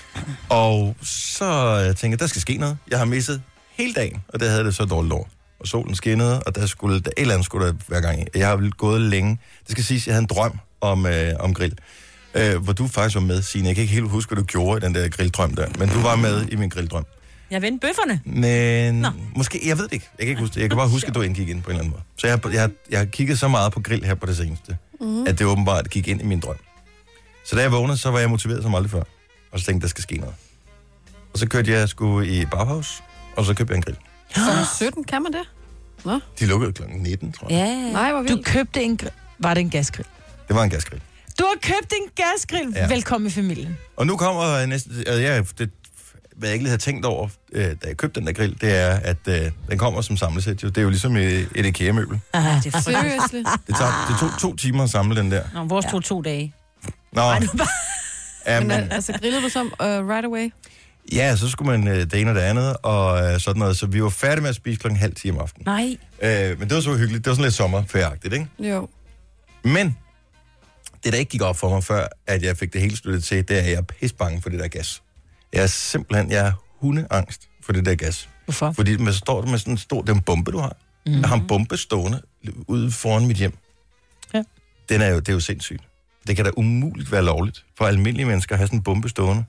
Og så øh, tænkte jeg, der skal ske noget. Jeg har misset hele dagen, og det havde det så dårligt over. Og solen skinnede, og der skulle der, et eller andet skulle der hver gang. Jeg har gået længe. Det skal siges, jeg havde en drøm om, øh, om grill. Øh, hvor du faktisk var med, Signe. Jeg kan ikke helt huske, hvad du gjorde i den der grilldrøm der, men du var med i min grilldrøm. Jeg vendte bøfferne. Men Nå. måske, jeg ved det ikke. Jeg kan ikke huske det. Jeg kan bare huske, at du indgik ind på en eller anden måde. Så jeg, jeg, jeg har kigget så meget på grill her på det seneste, mm. at det åbenbart gik ind i min drøm. Så da jeg vågnede, så var jeg motiveret som aldrig før. Og så tænkte jeg, der skal ske noget. Og så kørte jeg sgu i Bauhaus, og så købte jeg en grill. klokken sytten, kan man det? Nå. De lukkede klokken nitten, tror jeg. Ja. Nej, hvor vildt. Du købte en... gr- Var det en gasgrill? Det var en gasgrill. Du har købt en gasgrill. Ja. Ja. Velkommen i familien. Og nu kommer næste... Altså, jeg, det, hvad jeg ikke lige havde tænkt over, øh, da jeg købte den der grill, det er, at øh, den kommer som samlesæt. Jo. Det er jo ligesom et, et IKEA-møbel. Ah, det er Seriously? Det, tager, det tog to timer at samle den der. Nå, vores tog to dage. Nå, Ej, det var ja, Men men, altså, grillede du som uh, right away? ja, så skulle man øh, det ene og det andet, og øh, sådan noget. Så vi var færdige med at spise klokken halv ti om aftenen. Nej. Øh, men det var så hyggeligt. Det var sådan lidt sommerfærdigt, ikke? Jo. Men det, der ikke gik op for mig, før at jeg fik det hele sluttet til, det er, at jeg er pisse bange for det der gas. Jeg er simpelthen, jeg er hundeangst for det der gas. Hvorfor? Fordi man står der med sådan en stor, det er en bombe, du har. Mm. Jeg har en bombe stående ude foran mit hjem. Ja. Den er jo, det er jo sindssygt. Det kan da umuligt være lovligt for almindelige mennesker at have sådan en bombe stående.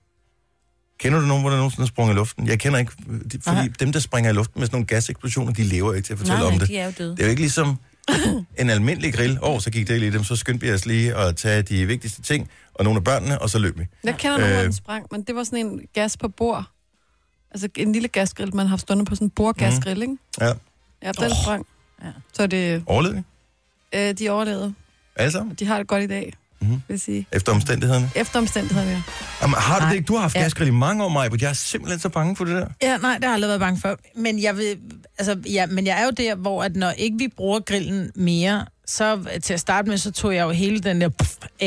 Kender du nogen, hvor der nogensinde er sprunget i luften? Jeg kender ikke, de, fordi Aha. dem, der springer i luften med sådan nogle gaseksplosioner, de lever ikke til at fortælle Nej, om nej, det. de er jo døde. Det er jo ikke ligesom en almindelig grill. Åh, oh, så gik det lige dem, så skyndte vi os lige at tage de vigtigste ting, og nogle af børnene, og så løb vi. Jeg kender nogen, Øh. hvor den sprang, men det var sådan en gas på bord. Altså en lille gasgrill, man har stående på sådan en bordgasgrill, ikke? Ja. Ja, den oh. sprang. Ja. Så det, Overlevede vi? øh, de overlevede. Alle sammen? De har det godt i dag, Mhm. vil jeg sige. Efter omstændighederne? Efter omstændighederne, ja. Jamen, har du Nej. det ikke? Du har haft Ja. gasgrill i mange år, Maja, men jeg er simpelthen så bange for det der. Ja, nej, det har jeg aldrig været bange for. Men jeg, vil, altså, ja, men jeg er jo der, hvor at når ikke vi bruger grillen mere, så til at starte med, så tog jeg jo hele den der puff af.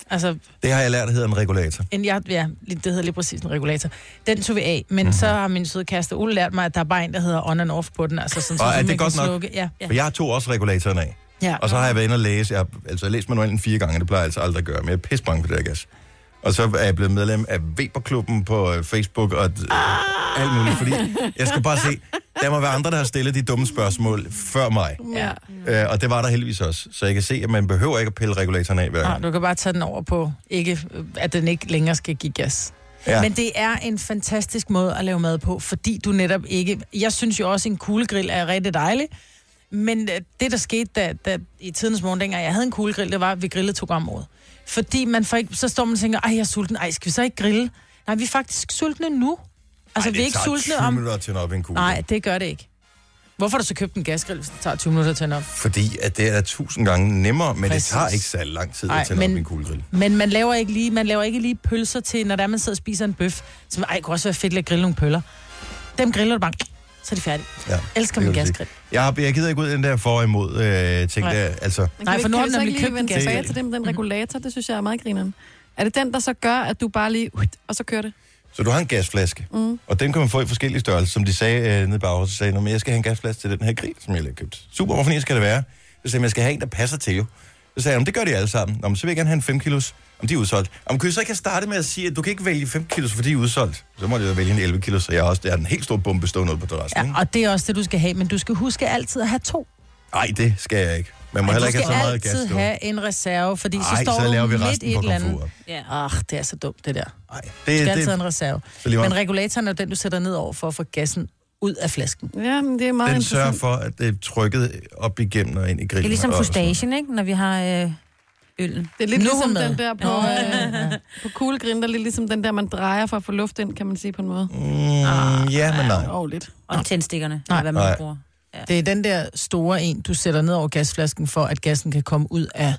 Altså, Det har jeg lært, at hedder en regulator. en, ja, ja, det hedder lige præcis en regulator. Den tog vi af, men Mhm. mm-hmm. så har min søde kæreste Ole lært mig, at der er bare en, der hedder on and off på den. Altså sådan, Og så, er så det man godt kan nok? slukke. Ja. For jeg tog også regulatoren af. Ja. Og så har jeg været inde og læse. Jeg har, altså, jeg har læst manualen fire gange, det plejer jeg altså aldrig at gøre. Men jeg er pissebange for det her gas. Og så er jeg blevet medlem af Weberklubben på øh, Facebook og øh, alt muligt. Fordi jeg skal bare se, der må være andre, der har stillet de dumme spørgsmål før mig. Ja. Øh, og det var der heldigvis også. Så jeg kan se, at man behøver ikke at pille regulatoren af hver Nej, gang. du kan bare tage den over på, ikke, at den ikke længere skal give gas. Ja. Ja. Men det er en fantastisk måde at lave mad på, fordi du netop ikke... Jeg synes jo også, en kuglegrill er rigtig dejlig, men det, der skete da, da, i tidens morgen, dengang jeg havde en kuglegrill, det var, at vi grillede to gange om året. Fordi man får ikke, så står man og tænker, ej, jeg er sulten, ej, skal vi så ikke grille? Nej, vi er faktisk sultne nu. Altså, Ej, vi er ikke sultne om... om... minutter at tænde op i en kugle. Nej, det gør det ikke. Hvorfor har du så købt en gasgrill, hvis det tager tyve minutter at tænde op? Fordi at det er tusind gange nemmere, men Præcis. det tager ikke særlig lang tid Ej, at tænde men- op i en kuglegrill. Men man laver ikke lige, man laver ikke lige pølser til, når der man sidder og spiser en bøf. Så ej, det kunne også være fedt at grille nogle pøller. Dem griller du bare, så er de færdige. Ja, Elsker det min kan du sige. gasgrill. Jeg, har, jeg gider ikke ud i den der for og imod øh, ting Nej. der. Altså, Men Nej, kan for vi- nu kan har vi den så nemlig ikke lige købt vende en tilbage gas. til det med den regulator? Det synes jeg er meget grineren. Er det den, der så gør, at du bare lige... Og så kører det? så du har en gasflaske, mm. og den kan man få i forskellige størrelser, som de sagde øh, nede i baghuset. Så sagde jeg, jeg skal have en gasflaske til den her grill, som jeg lige har købt. Super, hvorfor en skal det være? Så sagde jeg, jeg skal have en, der passer til jo. Så sagde jeg, det gør de alle sammen. Nå, men så vil jeg gerne have en fem kilos, om de er udsolgt. Om kan vi så ikke have startet med at sige, at du kan ikke vælge fem kilos, fordi de er udsolgt. Så må jeg jo vælge en elleve kilos, så jeg har også det er en helt stor bombe stående ude på terrassen. Ja, og det er også det, du skal have. Men du skal huske altid at have to. Nej, det skal jeg ikke. Man må Ej, heller du ikke skal have så meget gas. altid Du. have en reserve, fordi Ej, så står så laver du vi midt resten i et på eller andet. komfuret. Ja. Ach, det er så dumt, det der. Nej, Du det, skal altid have det, en reserve. så lige Men meget. regulatoren er den, du sætter ned over for at få gassen ud af flasken. Ja, men det er meget Den sørger interessant. for, at det er trykket op igennem og ind i grillen. Det er ligesom og sådan noget. fustagen, ikke? Når vi har øh, øllen. Det er lidt Nu er ligesom hun med. den der på, øh, på kuglegrillen, der er lidt ligesom den der, man drejer for at få luft ind, kan man sige på en måde. Mm, ja, men nej. Og lidt. Og tændstikkerne, Nej. eller hvad man Nej. bruger. Det er den der store en, du sætter ned over gasflasken, for at gassen kan komme ud af,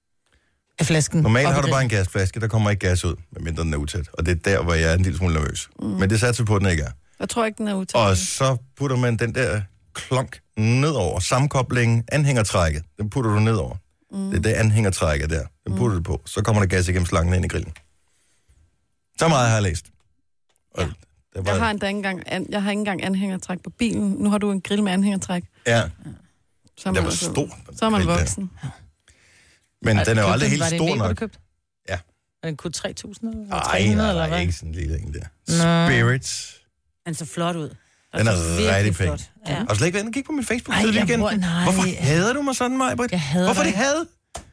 af flasken. Normalt op har i du bare en grillen. gasflaske, der kommer ikke gas ud, medmindre den er utæt. Og det er der, hvor jeg er en lille smule nervøs. Mm. Men det satser på, at den ikke er. Jeg tror ikke, den er utæt. Og så putter man den der klonk nedover. Sammenkoblingen, anhængertrækket, den putter du nedover. Mm. Det er det anhængertrækket der. Den putter mm. du på. Så kommer der gas igennem slangen ind i grillen. Så meget har jeg læst. Og det var, Jeg har endda ikke engang, an, jeg har ikke engang anhængertræk på bilen. Nu har du en grill med anhængertræk. ja, Så er den man, var altså- stor. så er man grill der. voksen. Men Ej, den er jo købte aldrig den- helt var det en stor Weber, nok. du købte? Ja. Og den kunne tre tusind eller Ej, tre hundrede, nej, eller nej, hvad? ikke sådan en lille en der. Nå. Spirits. Den så flot ud. Den er virkelig rigtig pæn. flot. Ja. Og slet ikke været inde og kigge på min Facebook Ej, til jeg weekenden. bruger- nej. Hvorfor hader du mig sådan, Maj-Brit? Jeg hader Hvorfor dig. det had?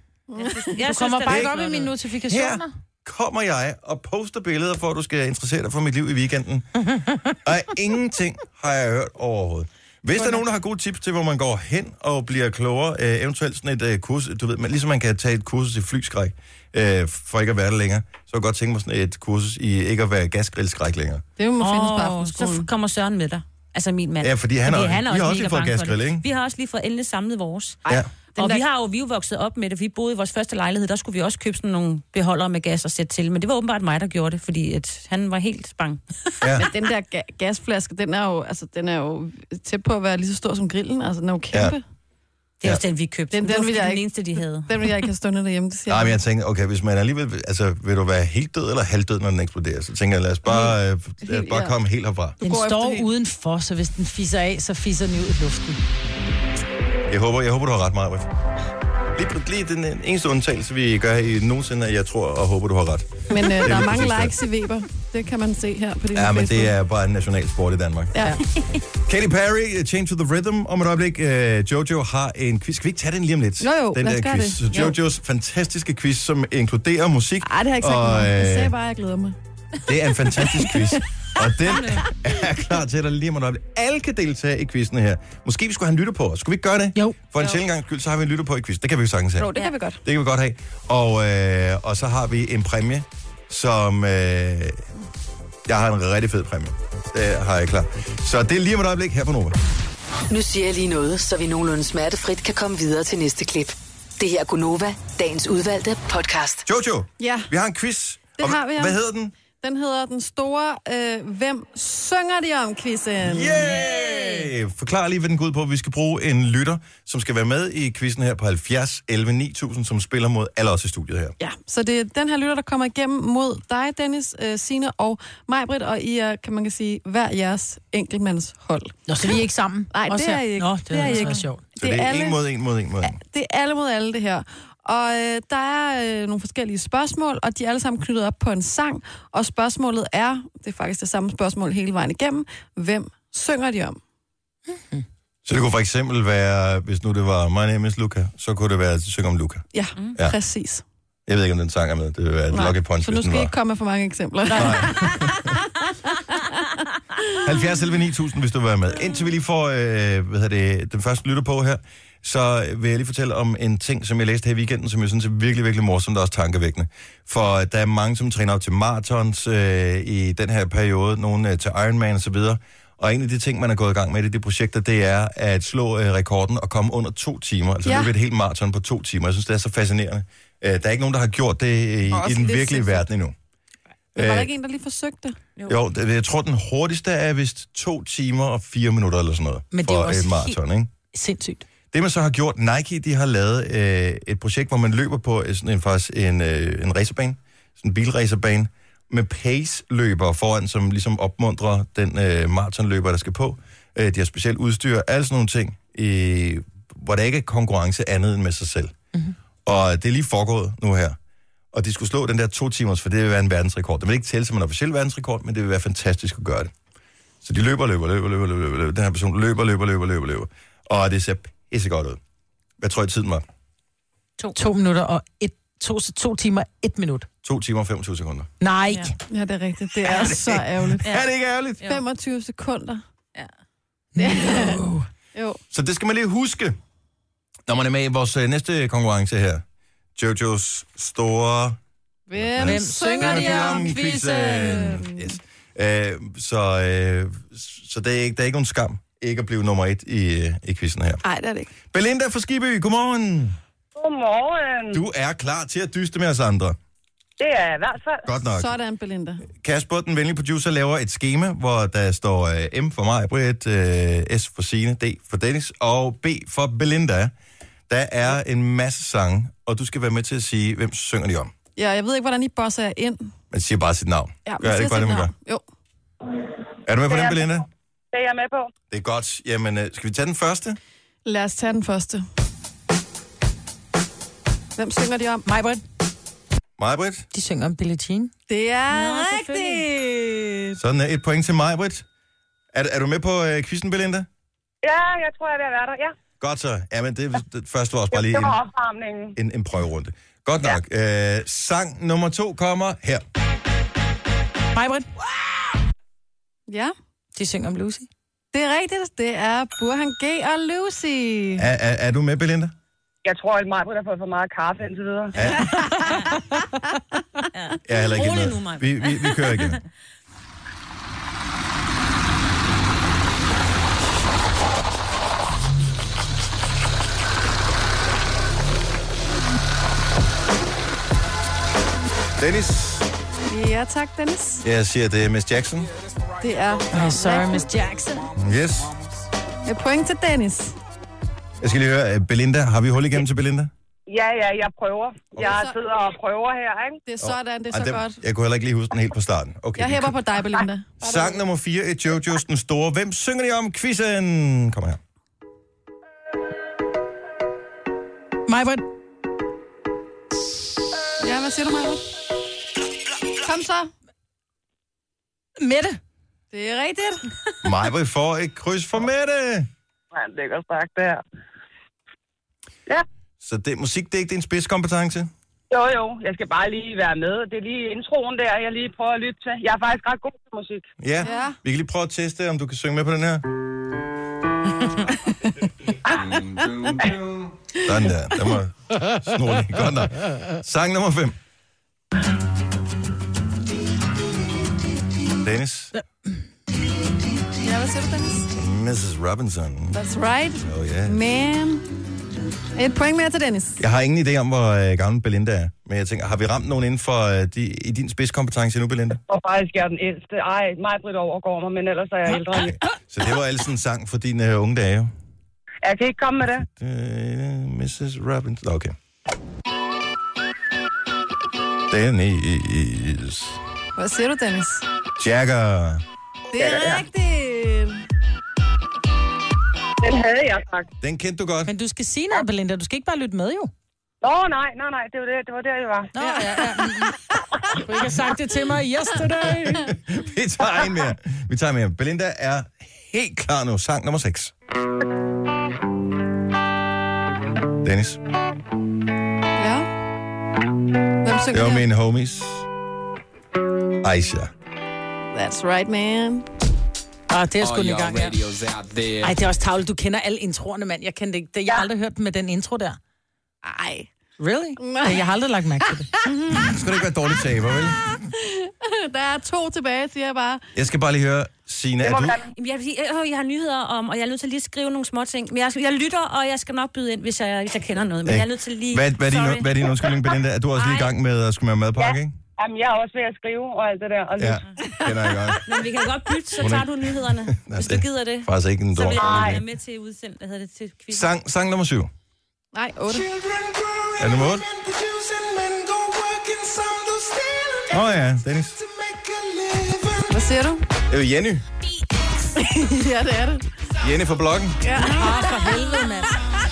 Jeg Du kommer bare ikke op i min mine Her notifikationer. kommer jeg og poster billeder, for at du skal interessere dig for mit liv i weekenden. Og ingenting har jeg hørt overhovedet. Hvis der er nogen, der har gode tips til, hvor man går hen og bliver klogere, øh, eventuelt sådan et øh, kursus, du ved, man, ligesom man kan tage et kursus i flyskræk, øh, for ikke at være der længere, så kan jeg godt tænke mig sådan et kursus i ikke at være gasgrillskræk længere. Det må oh, findes bare Åh, på så skolen. kommer Søren med dig. Altså min mand. Ja, fordi han har- er vi har også mega lige fået bange for gasgrill, det. ikke? Vi har også lige fået endelig samlet vores. Ej, Ja. Og der- vi har jo, vi er jo vokset op med det. Vi boede i vores første lejlighed, der skulle vi også købe sådan nogle beholdere med gas og sætte til. Men det var åbenbart mig, der gjorde det, fordi at han var helt bange. Ja. Men den der ga- gasflaske, den er, jo, altså, den er jo tæt på at være lige så stor som grillen. Altså, den er jo kæmpe. Ja. Ja. Det er Ja. også den, vi købte. Den- Den, den den, vil jeg den ikke- eneste, de havde. Den vil jeg ikke have stående derhjemme, det siger Nej, jeg. men jeg tænker, okay, hvis man alligevel, altså, vil du være helt død eller halvdød, når den eksploderer, så tænker jeg, lad os bare, øh, lad os bare ja. komme helt herfra. Den går står efter helt. udenfor, så hvis den fisser af, så fisser den ud i luften. Jeg håber, jeg håber du har ret, Maja. Lige, lige den eneste undtagelse, vi gør i nogensinde, at jeg tror og håber, du har ret. Men øh, der lige er mange præcis likes i Weber. Det kan man se her på din Ja, men Facebook. det er bare en national sport i Danmark. Ja. Katy Perry, Change to the Rhythm. Om et øjeblik, uh, Jojo har en quiz. Skal vi ikke tage den lige om lidt? Jo, jo, den lad der os gøre quiz. det. Så Jojos fantastiske quiz, som inkluderer musik. Ej, det har jeg ikke sagt og, noget. Jeg øh, sagde bare, at jeg glæder mig. Det er en fantastisk quiz. Og den er klar til dig lige om et øjeblik. Alle kan deltage i quizzen her. Måske vi skulle have en lytter på os. Skulle vi ikke gøre det? Jo. For en sjældent gang skyld, så har vi en lytter på i quiz. Det kan vi jo sagtens have. Jo, det kan vi godt. Det kan vi godt have. Og, øh, og så har vi en præmie, som... Øh, jeg har en rigtig fed præmie. Det har jeg klar. Så det er lige om et øjeblik her på Nova. Nu siger jeg lige noget, så vi nogenlunde smertefrit kan komme videre til næste klip. Det her er Gunova, dagens udvalgte podcast. Jojo, Ja, vi har en quiz. det Og har vi, ja. Hvad hedder den? Den hedder den store øh, Hvem synger de om quizzen? Yay! Forklar lige, hvad den går ud på. Vi skal bruge en lytter, som skal være med i quizzen her på halvfjerds elleve ni tusind, som spiller mod alle os i studiet her. Ja, så det er den her lytter, der kommer igennem mod dig, Dennis, øh, Signe og Majbrit, og I er, kan man kan sige, hver jeres enkeltmandshold. Nå, så vi er ikke sammen? Nej, det er I ikke. Nå, det, det er I ikke. sjovt. Så det er, det er alle, en mod en mod en mod en. Det er alle mod alle, det her. Og øh, der er øh, nogle forskellige spørgsmål, og de er alle sammen knyttet op på en sang. Og spørgsmålet er, det er faktisk det samme spørgsmål hele vejen igennem, hvem synger de om? Mm-hmm. Så det kunne for eksempel være, hvis nu det var My Name is Luca, så kunne det være, at de synger om Luca. Ja, mm. ja, præcis. Jeg ved ikke, om den sang er med. Det vil være et Lucky Punch, så nu skal I ikke komme med for mange eksempler. Nej. halvfjerds elleve ni tusind, hvis du vil være med. Indtil vi lige får øh, hvad hedder det, den første lytter på her, så vil jeg lige fortælle om en ting, som jeg læste her i weekenden, som jeg synes er virkelig, virkelig morsomt og også tankevækkende. For der er mange, som træner op til marathons øh, i den her periode, nogle øh, til Ironman og så videre. Og en af de ting, man er gået i gang med i de projekter, det er at slå øh, rekorden og komme under to timer. Altså ja. løbe et helt maraton på to timer. Jeg synes, det er så fascinerende. Øh, der er ikke nogen, der har gjort det i, i den virkelige sindssygt. verden endnu. Men var der ikke en, der lige forsøgte? Jo, jo det, jeg tror, den hurtigste er vist to timer og fire minutter eller sådan noget. Men det er for også et maraton, ikke? Sindssygt. Det, man så har gjort, Nike, de har lavet øh, et projekt, hvor man løber på sådan en, faktisk en, øh, en racerbane, sådan en bilracerbane, med pace-løbere foran, som ligesom opmuntrer den øh, maratonløber, der skal på. Øh, de har specielt udstyr, alle sådan nogle ting, øh, hvor der ikke er konkurrence andet end med sig selv. Mm-hmm. Og det er lige foregået nu her. Og de skulle slå den der to timers, for det vil være en verdensrekord. Det vil ikke tælle som en officiel verdensrekord, men det vil være fantastisk at gøre det. Så de løber, løber, løber, løber, løber, løber. Den her person løber, løber, løber, løber, løber. Og det ser pisse godt ud. Hvad tror I tiden var? To, to minutter og et, to, to timer, et minut. To timer og femogtyve sekunder. Nej. Ja, ja det er rigtigt. Det er, er det så ærgerligt. Ja. Er det ikke ærgerligt? femogtyve sekunder. Ja. No. Jo. Så det skal man lige huske, når man er med i vores uh, næste konkurrence her. Jojos store... Hvem, Hvem synger de om quizzen? Yes. Uh, så uh, så det, er ikke, det er ikke nogen skam ikke at blive nummer et i, uh, i quizzen her. Nej, det er det ikke. Belinda fra Skiby, godmorgen. Godmorgen. Du er klar til at dyste med os andre. Det er jeg i hvert fald. Godt nok. Sådan, Belinda. Kasper, den venlige producer, laver et schema, hvor der står uh, M for mig, Britt, uh, S for Signe, D for Dennis og B for Belinda. Der er en masse sange, og du skal være med til at sige, hvem synger de om. Ja, jeg ved ikke, hvordan I bosser jer ind. Man siger bare sit navn. Ja, gør det ikke bare det, man gør? Jo. Er du med på den, Belinda? Det er jeg med på. Det er godt. Jamen, uh, skal vi tage den første? Lad os tage den første. Hvem synger de om? Majbrit. Majbrit? De synger om Billie Jean. Det er Nå, rigtigt. Sådan er et point til Majbrit. Er, er du med på uh, quizzen, Belinda? Ja, jeg tror, jeg er ved at være der, ja. Godt så. Jamen, det, det første var også bare lige en, en, en prøverunde. Godt nok. Ja. Uh, sang nummer to kommer her. Majbrit. Ja. De synger om Lucy. Det er rigtigt. Det er Burhan G og Lucy. Er, er, er du med, Belinda? Jeg tror, at Majbrit har fået for meget kaffe indtil videre. Ja. Jeg er heller ikke med. Nu, vi, vi, vi kører igen. Dennis. Ja, tak, Dennis. Jeg siger, det er Miss Jackson. Det er... Oh, sorry, Miss Jackson. Yes. Et point til Dennis. Jeg skal lige høre, Belinda, har vi hul igennem til Belinda? Ja, ja, jeg prøver. Jeg sidder og prøver her, ikke? Det er sådan, det er så det, godt. Jeg kunne heller ikke lige huske den helt på starten. Okay, jeg hæpper på dig, Belinda. Sang nummer fire i Jojos Den Store. Hvem synger de om? Quizzen. Kom her. Majbrit. Ja, hvad siger du, Majbrit? Kom så. Mette. Det er rigtigt. Majbrit får et kryds for Mette. Ja, det er godt sagt, det her. Ja. Så det, musik, det er ikke din spidskompetence? Jo, jo. Jeg skal bare lige være med. Det er lige introen der, jeg lige prøver at lytte til. Jeg er faktisk ret god til musik. Ja, ja. Vi kan lige prøve at teste, om du kan synge med på den her. Sådan der. Den var snorlig. Godt nok. Sang nummer fem. Dennis. Ja, hvad siger du, Dennis? missus Robinson. That's right. Oh, yeah. Man Et point mere til Dennis. Jeg har ingen idé om, hvor øh, gammel Belinda er. Men jeg tænker, har vi ramt nogen inden for øh, de, i din spidskompetence nu, Belinda? Og faktisk er jeg den ældste. Ej, mig Britt overgår mig, men ellers er jeg ældre. Så det var altså en sang for dine øh, unge dage, jo? Jeg kan ikke komme med det. Uh, missus Robinson. Okay. Dennis. Hvad siger du, Dennis? Jagger. Det er Ja, ja. rigtigt. Den havde jeg sagt. Den kendte du godt. Men du skal sige noget, Belinda. Du skal ikke bare lytte med, jo. Nå, nej, nej, nej, det var, det, det var der, jeg var. Nå, ja, ja. Du kunne ikke have sagt det til mig yesterday. Vi tager en mere. Vi tager en mere. Belinda er helt klar nu. Sang nummer seks. Dennis. Ja. Hvem synger Det var her? mine homies. Aisha. That's right, man. Ah, det er sgu i gang, ja. Ej, det er også tavligt. Du kender alle introerne, mand. Jeg kendte ikke det. Jeg har aldrig hørt dem med den intro der. Ej. Really? Nej. Jeg har aldrig lagt mærke til det. Det skal da ikke være dårligt taber, vel? Der er to tilbage, siger jeg bare. Jeg skal bare lige høre, Signe, er du... Jamen, jeg, vil sige, øh, jeg har nyheder om, og jeg er nødt til lige at skrive nogle små ting. Men jeg, jeg lytter, og jeg skal nok byde ind, hvis jeg, hvis jeg kender noget. Men jeg er nødt til lige... Hvad, hvad, er din, Sorry. hvad er din undskyldning, Belinda? Er du også lige i gang med at skulle med madpakke, Ja. ikke? Jamen, jeg er også ved at skrive og alt det der. Og Ja, kender jeg godt. Men vi kan godt bytte, så Hun er- tager du nyhederne, hvis du det- gider det. Faktisk ikke en Så dårlig vil jeg idé. være med til udsend, hvad hedder det, til quiz. Sang, sang nummer syv. Nej, otte. Er det nummer otte? Åh oh, ja, Dennis. Hvad siger du? Det er jo Jenny. Ja, det er det. Jenny fra bloggen. Ja. Ah, for helvede, mand.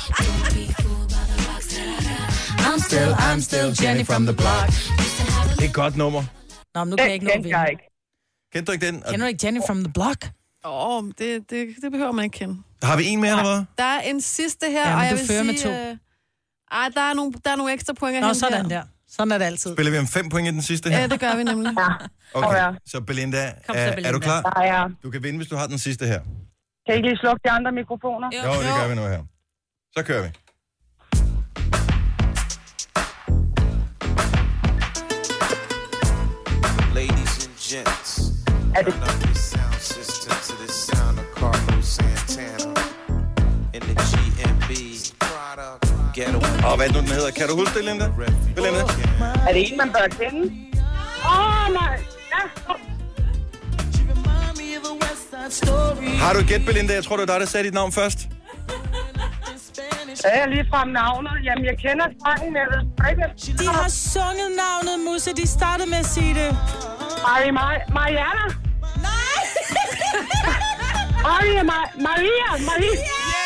I'm still, I'm still Jenny from the block. Det er et godt nummer. Nå, men nu kan jeg Den ikke nå at kendte jeg vinde. ikke. Kendte du ikke den? Kender du ikke Jenny from the block? Åh, oh, det, det, det behøver man ikke kende. Har vi en mere, eller hvad? Der er en sidste her, Ja, men og jeg du vil fører sige... med to. Øh, ej, der er, nogle, der er nogle ekstra point at Nå, hente sådan her. der. Sådan er det altid. Spiller vi om fem point i den sidste her? Ja, det gør vi nemlig. Okay, så Belinda, Kom så, er, er Belinda. du klar? Ja, ja. Du kan vinde, hvis du har den sidste her. Kan I ikke lige slukke de andre mikrofoner? Jo, det gør vi nu her. Så kører vi. Ladies and gents, Er det... turn up your sound system to the sound of Carlos Santana in the G M B product ghetto. Og hvad er det nu, den hedder? Kan du huske det, Linda? Belinda? Er det en, man bør kende? Åh, oh, nej. Ja. Har du et gæt, Belinda? Jeg tror, det var dig, der sagde dit navn først. Er jeg lige frem navnet? Jamen, jeg kender sangen, jeg ved ikke. De har sunget navnet, Musse. De startede med at sige det. Marie, Marie, Mariana. Nej! Maria, Maria, Maria, Maria.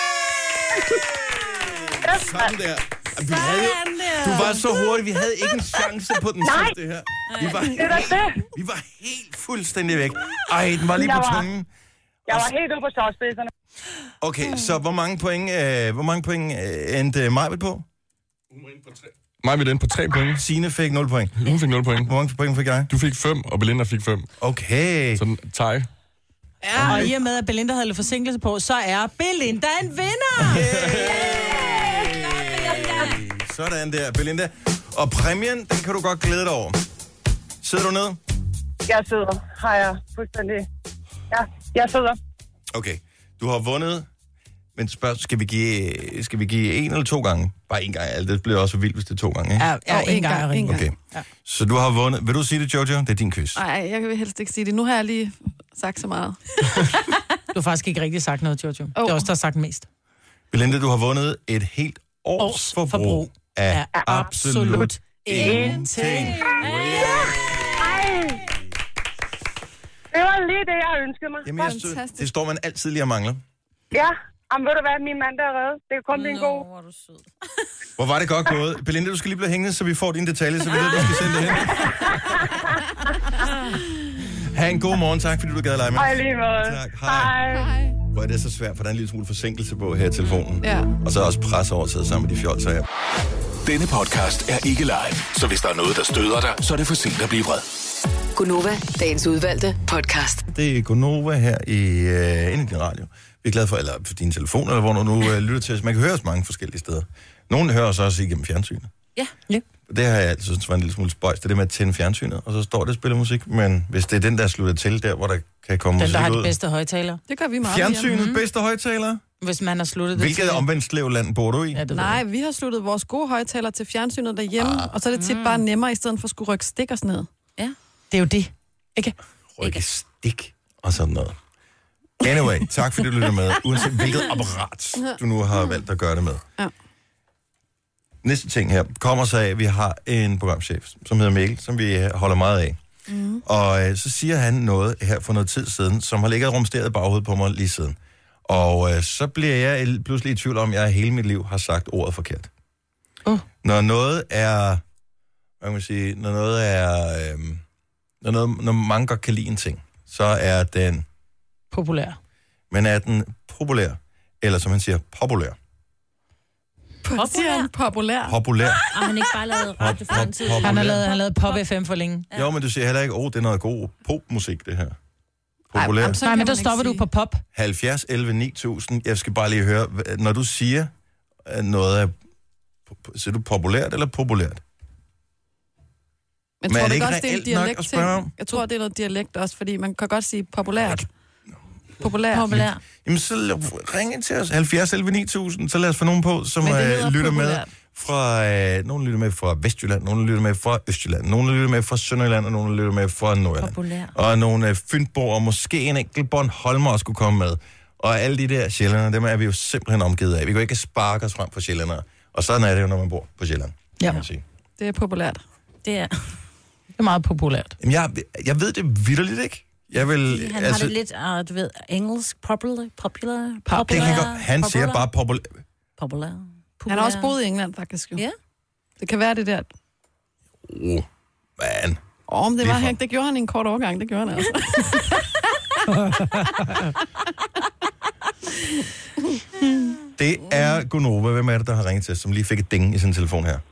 Sådan der. Vi havde, du var så hurtig, vi havde ikke en chance på den Nej. sidste her. Vi var, Det er da helt, det. vi var helt fuldstændig væk. Ej, den var lige Jeg på var- tungen. Jeg var helt ude på sårspidserne. Okay, så hvor mange point, øh, hvor mange point øh, endte Majbet på? Mig vil den på tre point. Signe fik nul point. Hun fik nul point. Hvor mange point fik jeg? Du fik fem, og Belinda fik fem. Okay. Så den tie. Ja, og i og med, at Belinda havde lidt forsinkelse på, så er Belinda en vinder! Sådan der, Belinda. Og præmien, den kan du godt glæde dig over. Sidder du ned? Jeg sidder. Har jeg fuldstændig... Ja, jeg sidder. Okay, du har vundet. Men spørg, skal vi give, skal vi give en eller to gange? Bare en gang. Altså, det bliver også vildt, hvis det er to gange, ikke? Ja, ja, Og en en gang gang, er en rigtigt. gang. Okay, Ja. så du har vundet. Vil du sige det, Jojo? Det er din quiz. Nej, jeg vil helst ikke sige det. Nu har jeg lige sagt så meget. Du har faktisk ikke rigtig sagt noget, Jojo. Det er Oh. også der har sagt mest. Belinda, du har vundet et helt års, Års forbrug, forbrug af af absolut absolut ingenting. Ej. Det var lige det, jeg ønskede mig. Jamen, jeg synes, Fantastisk. det står man altid lige og mangler. Ja, jamen ved du hvad, min mand der er reddet. Det kan kun blive en god. Hvor er du sød. Hvor var det godt gået. Belinda, du skal lige blive hængende, så vi får dine detaljer, så vi ved, at du skal sende det hen. Ha' en god morgen. Tak, fordi du gad at lege med. Hej lige måde. Tak. Hej. Hej. Hvor er det så svært, for der er en lille smule forsinkelse på her i telefonen. Ja. Og så også pres over at sidde sammen med de fjolser her. Denne podcast er ikke live, så hvis der er noget, der støder dig, så er det for sent at blive vred. Gunova, dagens udvalgte podcast. Det er Gonova her i uh, Inde i din radio. Vi er glade for, eller for din telefon, eller hvor du nu uh, lytter til os. Man kan høre os mange forskellige steder. Nogle hører os også igennem fjernsynet. Ja. Ja. Det har jeg altid synes var en lille smule spøjs. Det er det med at tænde fjernsynet, og så står det og spiller musik. Men hvis det er den, der slutter til, der hvor der kan komme Den, musik der har ud. de bedste højtalere. Det gør vi meget. Fjernsynets mm. bedste højtalere? Hvis man har sluttet det Hvilket til... omvendt bor du i? Ja, det Nej, vi har sluttet vores gode højtaler til fjernsynet derhjemme, ah. og så er det tit mm. bare nemmere, i stedet for at skulle rykke stik og sådan noget. Ja. Det er jo det. Ikke? Rykke stik og sådan noget. Anyway, tak fordi du lytter med, uanset hvilket apparat du nu har valgt at gøre det med. Ja. Næste ting her kommer så af, at vi har en programchef, som hedder Mikkel, som vi holder meget af. Mm. Og øh, så siger han noget her for noget tid siden, som har ligget og rumsteret i baghovedet på mig lige siden. Og øh, så bliver jeg pludselig i tvivl om, at jeg hele mit liv har sagt ordet forkert. Uh. Når noget er, hvad kan man sige, når noget er, øh, når, noget, når mange godt kan lide en ting, så er den... Populær. Men er den populær, eller som han siger, populær? Populær? Populær. Populær. Og han ikke bare lavet radio for en tid. Han har lavet, han har lavet Pop F M for længe. Ja. Jo, men du siger heller ikke, åh, oh, det er noget god popmusik, det her. Populær. Ej, Nej, men der stopper du på pop. halvfjerds elleve ni tusind. Jeg skal bare lige høre, når du siger noget er... Siger du populært eller populært? Men, men tror du ikke også, det er en dialekt ting? Jeg tror, det er noget dialekt også, fordi man kan godt sige populært. Populær. Populær. Jamen, så ring ind til os. halvfjerds elleve ni tusind, så lad os få nogen på, som øh, lytter populært. med fra... Øh, nogle lytter med fra Vestjylland, nogle lytter med fra Østjylland, nogle lytter med fra Sønderjylland, og nogle lytter med fra Nordjylland. Populær. Og nogle øh, Fynboer, og måske en enkelt Bornholmer skulle komme med. Og alle de der sjællændere, dem er vi jo simpelthen omgivet af. Vi kan jo ikke sparke os frem for sjællændere. Og sådan er det jo, når man bor på Sjælland. Ja, det er populært. Det er... Det er meget populært. Jamen, jeg, jeg ved det vitterligt ikke. Jeg vil, han altså, har det lidt, uh, du ved, engelsk, popular, popular, popular. Det kan godt, han popular. siger bare populær. Popular. Han har også boet i England, faktisk. Jo. Ja. Det kan være det der. Åh, oh, man. Åh, oh, det, var, han, det gjorde han i en kort overgang, det gjorde han altså. Det er Gunova. Hvem er det, der har ringet til, som lige fik et ding i sin telefon her?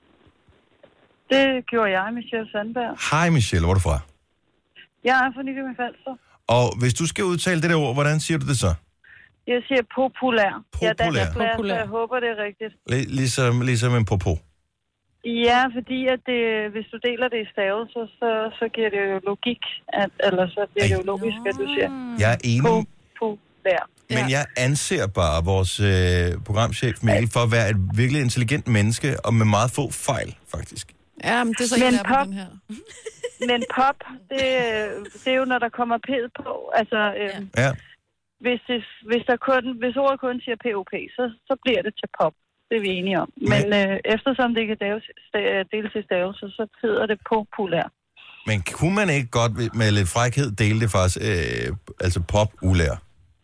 Det gjorde jeg, Michelle Sandberg. Hej Michelle, hvor er du fra? Jeg er fra Nykøbing Falster. Og hvis du skal udtale det der ord, hvordan siger du det så? Jeg siger populær. Populær. Jeg er dansklærer, så jeg håber, det er rigtigt. L- ligesom, ligesom en popo. Ja, fordi at det, hvis du deler det i stavelser, så, så giver det jo logik, at, eller så bliver det jo logisk, at du siger jeg er enig. Populær. Men jeg anser bare vores øh, programchef Mikkel for at være et virkelig intelligent menneske, og med meget få fejl, faktisk. Ja, men det er så men en af pop, den her. Men pop, det, det er jo, når der kommer p'et på. Altså, øh, ja. hvis, det, hvis, der kun, hvis ordet kun siger P O P, så, så bliver det til pop. Det er vi enige om. Men, men øh, eftersom det kan deles i stavelser, så hedder det populær. Men kunne man ikke godt med lidt frækhed dele det faktisk, øh, altså pop-ulær?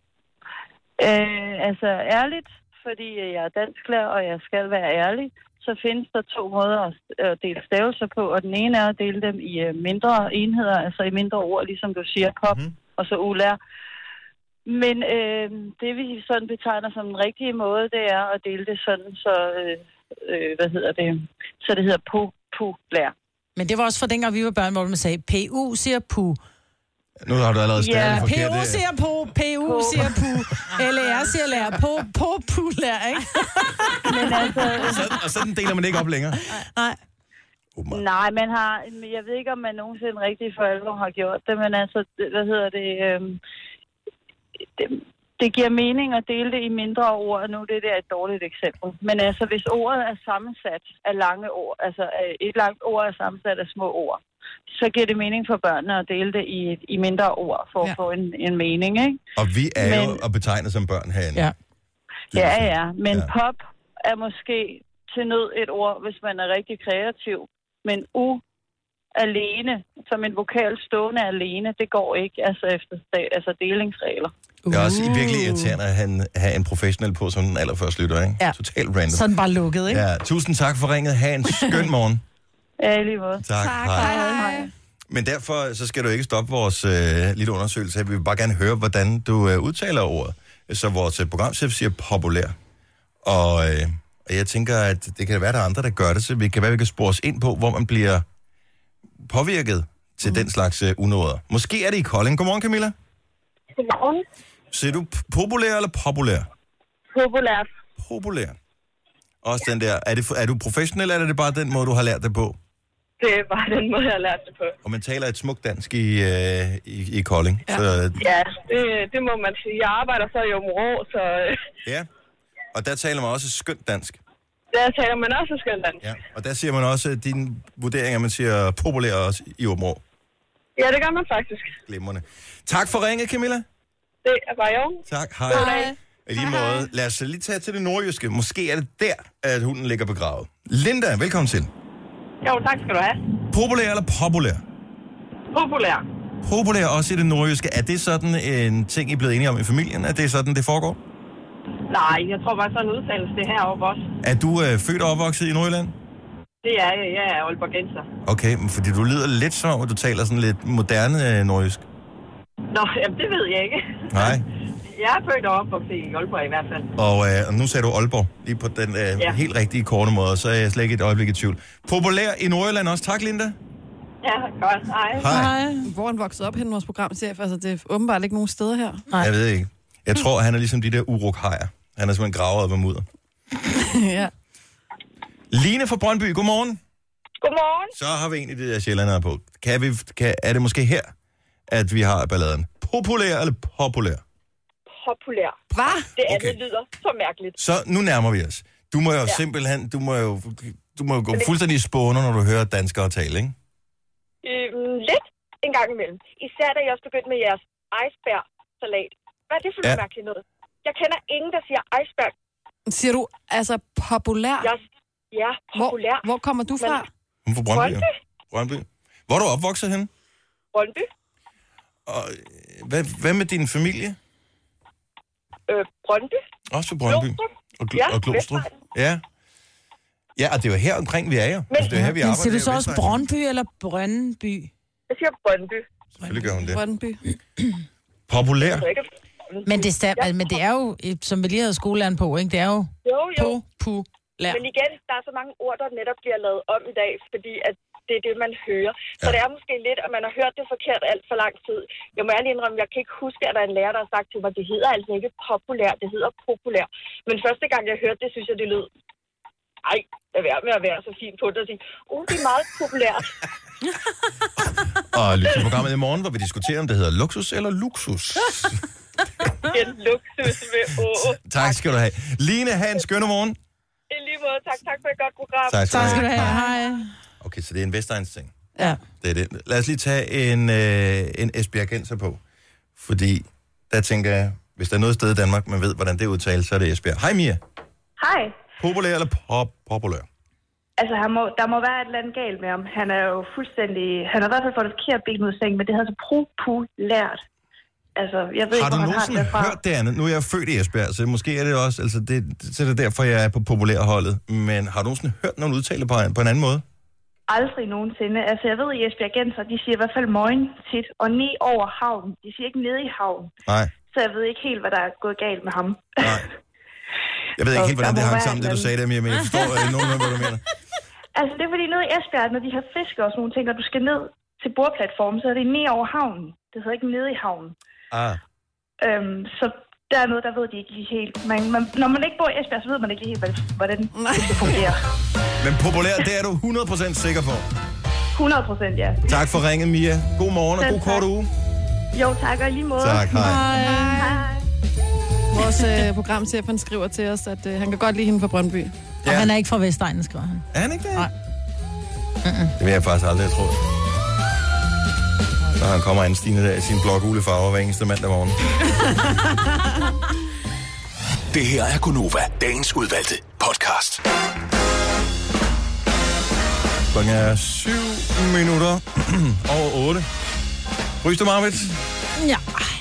Øh, altså ærligt, fordi jeg er dansklærer, og jeg skal være ærlig, så findes der to måder at dele stavelser på, og den ene er at dele dem i mindre enheder, altså i mindre ord, ligesom du siger, pop, mm. og så ulær. Men øh, det vi sådan betegner som den rigtige måde, det er at dele det sådan, så, øh, øh, hvad hedder det, så det hedder populær. Men det var også fra dengang vi var børn, hvor man sagde, P U siger pu. Nu har du allerede stadig ja, forkert. P U siger på, P U siger pu, L R siger lær, på, på, pulær, ikke? Men altså... og, så, og sådan deler man det ikke op længere? Nej. Oh, Nej, man har... Jeg ved ikke, om man nogensinde rigtig for alvor har gjort det, men altså, hvad hedder det... Øhm, det, det giver mening at dele det i mindre ord, og nu det der er et dårligt eksempel. Men altså, hvis ordet er sammensat af lange ord, altså et langt ord er sammensat af små ord, så giver det mening for børnene at dele det i, i mindre ord, for ja. at få en, en mening, ikke? Og vi er men, jo at betegne som børn herinde. Ja, ja, ja. Men ja. pop er måske til nød et ord, hvis man er rigtig kreativ. Men u alene, som en vokal stående alene, det går ikke, altså efter altså delingsregler. Det er også virkelig irriterende at have en, have en professionel på, som den allerførste lytter, ikke? Ja. Totalt random. Sådan bare lukket, ikke? Ja, tusind tak for ringet. Ha' en skøn morgen. Ja, lige måde. Tak. tak. Hej. Hej. Men derfor så skal du ikke stoppe vores øh, lille undersøgelse. Vi vil bare gerne høre, hvordan du øh, udtaler ordet. Så vores øh, programchef siger populær. Og, øh, og jeg tænker, at det kan være, der er andre, der gør det, så vi kan være, vi kan spore os ind på, hvor man bliver påvirket til mm. den slags øh, unåder. Måske er det i Kolding. Godmorgen, Camilla. Godmorgen. Siger du populær eller populær? Populært. Populær. Også den der. Er, det, er du professionel, eller er det bare den måde, du har lært det på? Det er bare den måde, jeg har lært det på. Og man taler et smukt dansk i, øh, i, i Kolding. Ja, så, ja det, det må man sige. Jeg arbejder så i Aabenraa, så... ja, og der taler man også skønt dansk. Der taler man også skønt dansk. Ja, og der siger man også dine vurderinger, man siger populær også i Aabenraa. Ja, det gør man faktisk. Glimrende. Tak for ringet, Camilla. Det er bare jo. Tak, hej. Hej. I lige måde, lad os lige tage til det nordjyske. Måske er det der, at hunden ligger begravet. Linda, velkommen til. Jo, tak skal du have. Populær eller populær? Populær. Populær også i det nordjyske. Er det sådan en ting, I er blevet enige om i familien? Er det sådan, det foregår? Nej, jeg tror bare sådan en udtalelse det heroppe også. Er du øh, født og opvokset i Nordjylland? Det er jeg. Jeg er Aalborgenser. Okay, men fordi du lyder lidt som om, at du taler sådan lidt moderne øh, nordjysk. Nå, jamen det ved jeg ikke. Nej. Jeg er født og opvokset i Aalborg i hvert fald. Og, øh, og nu sagde du Aalborg, lige på den øh, ja. helt rigtige korte måde, så er jeg slet ikke et øjeblik i tvivl. Populær i Nordjylland også. Tak, Linda. Ja, godt. Hej. Hej. Hvor han voksede op hen i vores programchef. Altså, det er åbenbart ikke nogen steder her. Nej. Jeg ved ikke. Jeg tror, han er ligesom de der uruk-hajer. Han er simpelthen gravet op af mudder. Ja. Line fra Brøndby, godmorgen. Godmorgen. Så har vi en i det der sjællandere på. Kan vi, kan, er det måske her, at vi har balladen? Populær eller populær? Populær. Hvad? Det andet okay. lyder så mærkeligt. Så nu nærmer vi os. Du må jo ja. simpelthen, du må jo, du må jo gå fuldstændig i spåner, når du hører danskere tale, ikke? Øhm, lidt en gang imellem. Især da jeg også begyndte med jeres iceberg-salat. Hvad er det for ja. noget mærkeligt noget? Jeg kender ingen, der siger iceberg. Siger du altså populær? Jeg, ja, populær. Hvor, hvor kommer du fra? Hun fra Brøndby. Brøndby. Brøndby. Hvor er du opvokset henne? Brøndby. Og hvad, hvad med din familie? Øh, Brøndby. Også fra Brøndby. Og, gl- ja, og Glostrup. Ja. Ja, og det er jo her omkring, vi er jo. Men, altså, det er her, vi Men arbejder. siger du så også Brøndby eller Brøndby? Jeg siger Brøndby. Selvfølgelig gør hun det. Brøndby. Populær. Men det, er, ja. men det er jo, som vi lige havde skolelæren på, ikke? Det er jo jo, jo. på, pu, lær. Men igen, der er så mange ord, der netop bliver lavet om i dag, fordi at det er det, man hører. Ja. Så det er måske lidt, at man har hørt det forkert alt for lang tid. Jeg må ærlig indrømme, jeg kan ikke huske, at der er en lærer, der har sagt til mig, det hedder altså ikke populær, det hedder populær. Men første gang, jeg hørte det, synes jeg, det lød, ej, lad være med at være så fint på det og sige, uh, det er meget populært. Og lyt til programmet i morgen, hvor vi diskuterer, om det hedder luksus eller luksus. En luksus med å. Tak skal du have. Line, have en skønne morgen. I lige måde, tak, tak for et godt program. Tak skal, tak skal du have. Hej. Okay, så det er en Vestegns ting. Ja. Det er det. Lad os lige tage en, øh, en esbjergenser på. Fordi der tænker jeg, hvis der er noget sted i Danmark, man ved, hvordan det udtales, så er det Esbjerg. Hej Mia. Hej. Populær eller pop populær? Altså, han må, der må være et eller andet galt med ham. Han er jo fuldstændig... Han har i hvert fald fået det forkert ben ud af sengen, men det hedder så populært. Altså, jeg ved har ikke, du hvor han nogensinde har det fra. hørt det andet? Nu er jeg født i Esbjerg, så måske er det også... Altså, det, så er det derfor, jeg er på populærholdet. Men har du nogensinde hørt nogen udtale på en, på en anden måde? Aldrig nogensinde. Altså, jeg ved, i Esbjergenser, de siger i hvert fald morgen tit, og ned over havnen. De siger ikke nede i havnen. Nej. Så jeg ved ikke helt, hvad der er gået galt med ham. Nej. Jeg ved ikke helt, hvordan det hang sammen, det du sagde der, Mia, men jeg forstår øh, nogenlunde, hvad du mener. Altså, det er fordi nede i Esbjerg, når de har fisker og sådan nogle ting, og du skal ned til bordplatformen, så er det ned over havnen. Det hedder ikke nede i havnen. Ah. Øhm, så der er noget, der ved de ikke lige helt. Man, man, når man ikke bor i Esbjerg, så ved man ikke lige helt, hvordan det fungerer. Men populær, det er du hundrede procent sikker på? hundrede procent, ja. Tak for ringet, Mia. God morgen og Selv god kort uge. Jo, tak, og i lige måde. Tak, hej. Hej. Hej. Vores øh, programchef, han skriver til os, at øh, han kan godt lide hende fra Brøndby. Ja. Og han er ikke fra Vestegnen, skriver han. Er han ikke det? Nej. Mm-mm. Det vil jeg faktisk aldrig have troet. Når han kommer anstigende der i sin blå gule farver hver eneste mandag morgen. Det her er Gunova, dagens udvalgte podcast. Klokken er syv minutter over otte. Ryster Marvitt? Ja.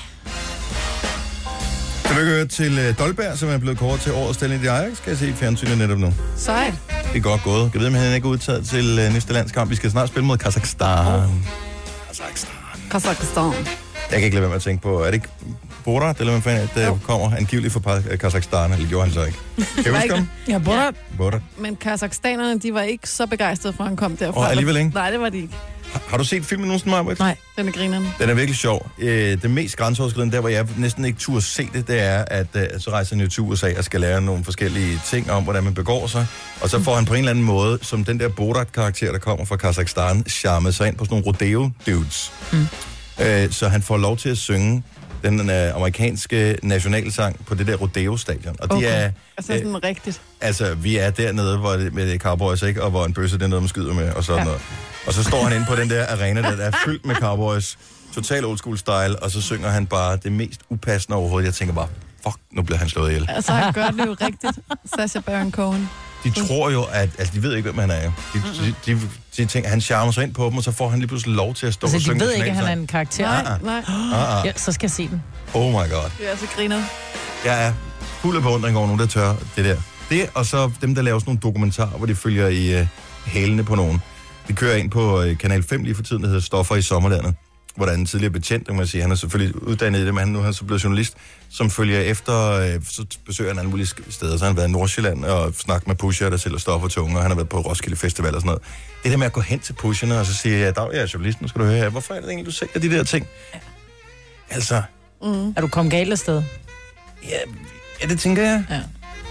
Tillykke til Dolberg, som er blevet kåret til årets talent i Ajax. Skal jeg se i fjernsynet netop nu. Sejt. Det er godt gået. Jeg ved, om han ikke er udtaget til uh, næste landskamp. Vi skal snart spille mod Kazakhstan. Oh. Kazakhstan. Kazakhstan. Jeg kan ikke lade være med at tænke på, er det ikke Borat, eller hvad fanden, der oh. kommer angiveligt fra Kazakhstan, eller gjorde han så ikke? Kan du huske ham? Ja, Borat. Borat. Men kazakhstanerne, de var ikke så begejstrede for, at han kom derfra. Og alligevel ikke? Nej, det var de ikke. Har, har du set filmen nogensinde, Marbert? Nej, den er grineren. Den er virkelig sjov. Øh, det mest grænseoverskridende, der hvor jeg næsten ikke turde se det, det er, at øh, så rejser han jo til U S A og skal lære nogle forskellige ting om, hvordan man begår sig. Og så får han på en eller anden måde, som den der Borat-karakter, der kommer fra Kazakhstan, charmet sig ind på sådan nogle rodeo-dudes. Mm. Øh, så han får lov til at synge den øh, amerikanske nationalsang på det der rodeo-stadion. Og okay. de er... Altså sådan øh, rigtigt. Altså, vi er dernede hvor det, med cowboys, ikke? Og hvor en bøsse, det er noget, man skyder med, og sådan ja. noget. Og så står han inde på den der arena, der er fyldt med cowboys, total old school style, og så synger han bare det mest upassende overhovedet. Jeg tænker bare, fuck, nu bliver han slået ihjel. Altså, han gør det jo rigtigt, Sacha Baron Cohen. De tror jo, at... Altså, de ved ikke, hvem han er jo. De, de, de, de tænker, han charmer sig ind på dem, og så får han lige pludselig lov til at stå altså, og synge. Altså, de ved ikke, at han er en karakter? Nej, nej. Ah, ah. Ja, så skal jeg se den. Oh my god. Det er altså griner. Jeg er fuld af beundring over nogen, der tør det der. Det, og så dem, der laver sådan nogle dokumentarer, hvor de følger i uh, hælene på nogen. De kører ind på uh, Kanal fem lige for tiden, der hedder Stoffer i Sommerlandet. Hvor der er en tidligere betjent, kan man sige. Han er selvfølgelig uddannet i det, men han nu er han så blevet journalist, som følger efter, uh, så besøger han alle mulige steder. Så har han været i Nordsjælland og snakket med pusher, der sælger stoffer til unge, og han har været på Roskilde Festival og sådan noget. Det der med at gå hen til pusherne og så sige, ja, dag, jeg er journalist, nu skal du høre her. Hvorfor er det egentlig, du sælger de der ting? Altså... Mm. Er du kommet galt af sted? Ja, ja, det tænker jeg. Ja.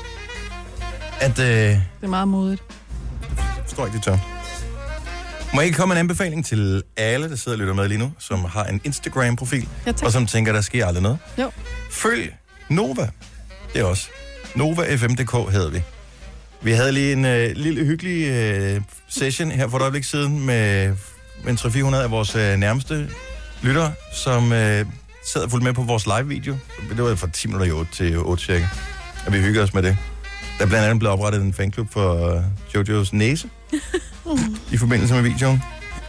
At, øh, det er meget modigt. Jeg forstår ikke, det tør. Må jeg ikke komme en anbefaling til alle, der sidder og lytter med lige nu, som har en Instagram-profil, ja, og som tænker, der sker aldrig noget? Jo. Følg Nova. Det er også. Nova F M punktum d k hedder vi. Vi havde lige en øh, lille hyggelig øh, session her for et øjeblik siden med, med tre hundrede fire hundrede af vores øh, nærmeste lyttere, som øh, sad og fulgte med på vores live-video. Det var fra ti minutter i otte til otte cirka. Og vi hyggede os med det. Der blandt andet blev oprettet en fanklub for uh, Jojos næse i forbindelse med videoen.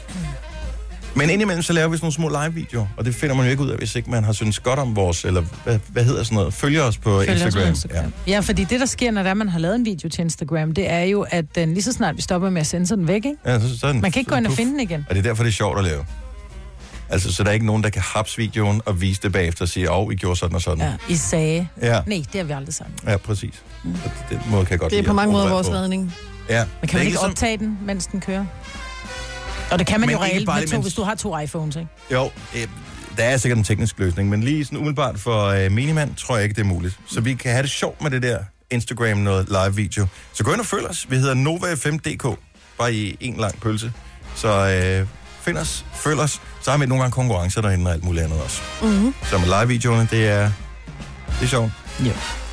Men indimellem så laver vi sådan nogle små live-videoer, og det finder man jo ikke ud af, hvis ikke man har syntes godt om vores, eller hvad, hvad hedder sådan noget, følger os på følger Instagram. På Instagram. Ja. ja, fordi det, der sker, når der man har lavet en video til Instagram, det er jo, at den lige så snart vi stopper med at sende den væk, ikke? Ja, så, så den, man kan ikke gå ind og finde den igen. Og det er derfor, det er sjovt at lave. Altså, så der er ikke nogen, der kan hapse videoen og vise det bagefter og sige, åh, oh, I gjorde sådan og sådan. Ja, I sagde. Ja. Nej, det har vi aldrig sagt. Ja, præcis. Mm. Det måde kan jeg godt Det er på mange måder vores redning. Ja. Men kan man ikke ligesom... optage den, mens den kører? Og det kan man men jo reelt med to, mens... hvis du har to iPhones, ikke? Jo, øh, der er sikkert en teknisk løsning, men lige sådan umiddelbart for øh, minimand, tror jeg ikke, det er muligt. Så vi kan have det sjovt med det der Instagram, noget live-video. Så gå ind og følg os. Vi hedder Nova F M punktum d k. Bare i en lang pølse. Så øh, find os, følg os. Så har vi nogle gange konkurrencer derinde og alt muligt andet også. Mm-hmm. Så med live-videoerne, det er, det er sjovt. Ja.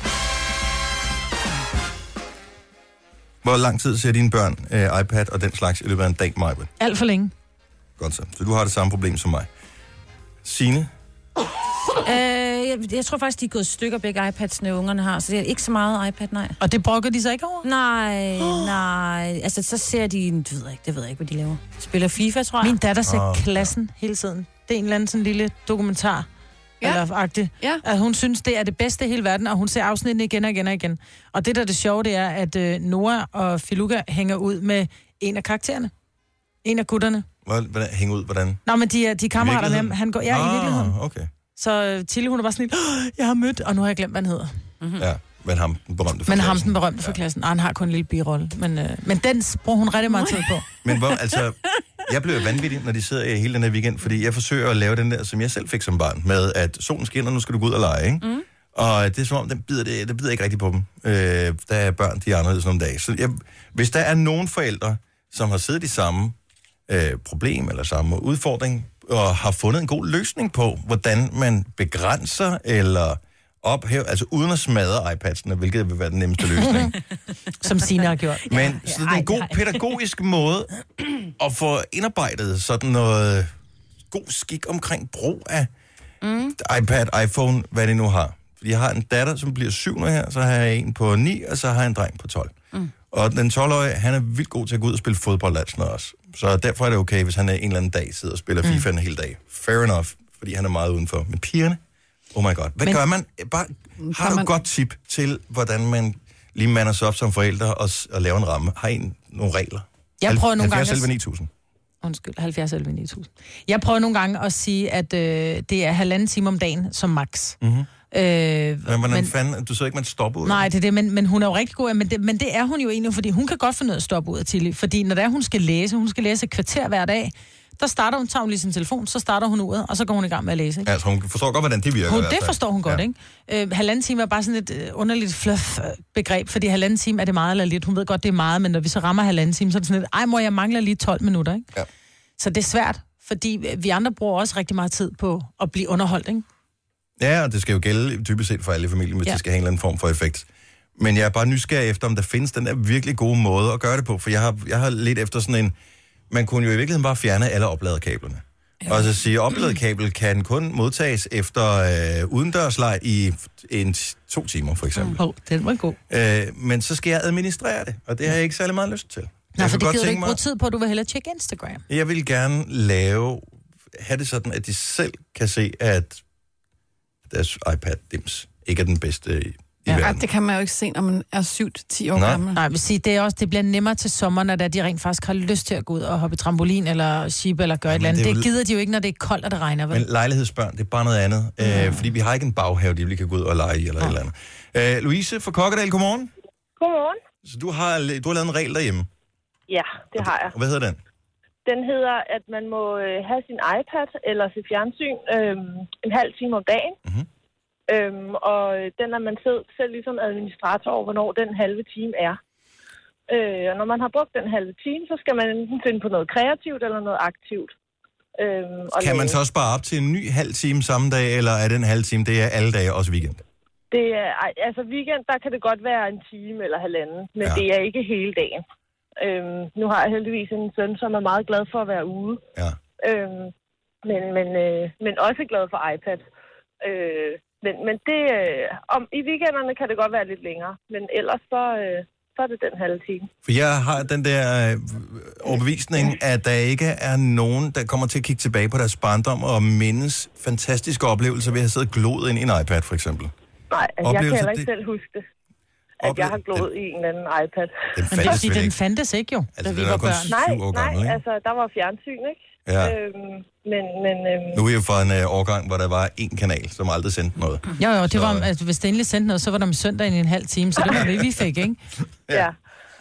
Hvor lang tid ser dine børn øh, iPad og den slags i løbet af en dag, Maja? Alt for længe. Godt så. Så du har det samme problem som mig. Signe? Øh, jeg, jeg tror faktisk, de er gået stykker begge iPads, når ungerne har, så det er ikke så meget iPad, nej. Og det brokker de så ikke over? Nej, oh. nej. Altså, så ser de, det ved jeg ikke, det ved jeg ikke, hvad de laver. Spiller FIFA, tror jeg. Min datter ser oh. Klassen hele tiden. Det er en eller anden sådan lille dokumentar. Ja. Eller agtigt. Ja. At hun synes, det er det bedste i hele verden, og hun ser afsnittene igen og igen og igen. Og det, der er det sjove, det er, at øh, Noah og Filuka hænger ud med en af karaktererne. En af gutterne. Hvordan hænger ud? Hvordan? Nå, men de er, de er kammerater med ham. Han går, ja, ah, i virkeligheden. Okay. Så Tilly, hun er bare sådan lidt, jeg har mødt, og nu har jeg glemt, hvad han hedder. Mm-hmm. Ja, men ham den berømte for men klassen. ham den berømte for klassen. Ah, han har kun en lille birolle. Men, øh, men den bruger hun rigtig meget tid på. Men hvor, altså, jeg bliver vanvittig, når de sidder i hele den her weekend, fordi jeg forsøger at lave den der, som jeg selv fik som barn, med at solen skinner, nu skal du gå ud og lege, ikke? Mm. Og det er som om, den bider, det, det bider ikke rigtig på dem. Øh, der er børn, de er anderledes nogle dage. Så jeg, hvis der er nogen forældre, som har siddet i samme øh, problem eller samme udfordring, og har fundet en god løsning på, hvordan man begrænser eller ophæver, altså uden at smadre iPads'ene, hvilket vil være den nemmeste løsning. Som Signe har gjort. Men ja, så det er en god pædagogisk måde at få indarbejdet sådan noget god skik omkring brug af mm. iPad, iPhone, hvad det nu har. Fordi jeg har en datter, som bliver syv nu her, så har jeg en på ni, og så har jeg en dreng på tolv. Mm. Og den tolv-årige, han er vildt god til at gå ud og spille fodbold alt sådan noget også. Så derfor er det okay, hvis han en eller anden dag sidder og spiller mm. FIFA en hel dag. Fair enough, fordi han er meget udenfor. Men pigerne, oh my god. Hvad Men, gør man? Bare, har du man... et godt tip til, hvordan man lige mander sig op som forældre og, og laver en ramme? Har I nogle regler? Jeg prøver nogle gange... halvfjerds ni tusind Undskyld, halvfjerds elleve ni tusind. Jeg prøver nogle gange at sige, at øh, det er halvanden time om dagen som max. Mm-hmm. Øh, men hvordan men, fanden, du så ikke, man stopper ud? Nej, det er det, men, men hun er jo rigtig god, men det, men det er hun jo egentlig, fordi hun kan godt finde ud af at stoppe ud af tidlig, fordi når det er, hun skal læse, hun skal læse et kvarter hver dag, der starter hun, tager hun lige sin telefon, så starter hun ud, og så går hun i gang med at læse. Ikke? Altså, hun forstår godt, hvordan det virker. Hun, det forstår hun godt, ja. Ikke? Øh, halvanden time er bare sådan et øh, underligt fluff-begreb, fordi halvanden time er det meget eller lidt. Hun ved godt, det er meget, men når vi så rammer halvanden time, så er det sådan lidt, ej mor, jeg mangler lige tolv minutter, ikke? Ja. Så det er svært, fordi vi andre bruger også rigtig meget tid på at blive underholdt, ikke? Ja, og det skal jo gælde typisk set for alle i familien, hvis ja. det skal have en eller anden form for effekt. Men jeg er bare nysgerrig efter, om der findes den der virkelig gode måde at gøre det på, for jeg har, jeg har lidt efter sådan en, man kunne jo i virkeligheden bare fjerne alle opladerkablerne. Ja. Og så sige, at opladerkabel kan kun modtages efter øh, udendørslej i en, to timer, for eksempel. Åh, oh, den var god. Øh, men så skal jeg administrere det, og det har jeg ikke særlig meget lyst til. Nej, for det gider du ikke bruge tid på, du vil hellere tjekke Instagram. Jeg vil gerne lave, have det sådan, at de selv kan se, at deres iPad-dims ikke er den bedste i, i ja, verden. Det kan man jo ikke se, når man er syv til ti år Nej. gammel. Nej, jeg vil sige, det, er også, det bliver nemmere til sommeren, når de rent faktisk har lyst til at gå ud og hoppe trampolin eller skib eller gøre ja, et eller andet. Det, det gider de jo ikke, når det er koldt og det regner. Vel? Men lejlighedsbørn, det er bare noget andet. Mm. Øh, fordi vi har ikke en baghave, de lige kan gå ud og lege i eller ja. et eller andet. Øh, Louise fra Kokkedal, godmorgen. Godmorgen. Så du har, du har lavet en regel derhjemme? Ja, det har jeg. Og hvad hedder den? Den hedder, at man må have sin iPad eller sit fjernsyn øh, en halv time om dagen. Mm-hmm. Øhm, og den er man selv, selv ligesom administrator over, hvornår den halve time er. Øh, og når man har brugt den halve time, så skal man enten finde på noget kreativt eller noget aktivt. Øhm, og kan man så også spare op til en ny halv time samme dag, eller er den halv time, det er alle dage, også weekend? Det er, altså weekend, der kan det godt være en time eller halvanden, men ja. det er ikke hele dagen. Øhm, nu har jeg heldigvis en søn, som er meget glad for at være ude. Ja. Øhm, men, men, øh, men også glad for iPad. Øh, Men, men det, øh, om, i weekenderne kan det godt være lidt længere, men ellers så, øh, så er det den halve time. For jeg har den der øh, overbevisning, at der ikke er nogen, der kommer til at kigge tilbage på deres barndom og mindes fantastiske oplevelser ved at have siddet gloet ind i en iPad, for eksempel. Nej, altså, jeg kan heller ikke det... selv huske det. At Ople... jeg har glået den... i en eller anden iPad. Den fandtes fordi den fandtes ikke jo, altså, da vi var børn. Nej, år nej, gammel, ikke? altså der var fjernsyn, ikke? Ja. Øhm, men, men, øhm... Nu er jeg fra en øh, årgang, hvor der var én kanal, som aldrig sendte noget. Jo, jo, det så... var, altså, hvis det endelig sendte noget, så var der om søndagen i en halv time, så det var det, vi fik, ikke? Ja. Ja,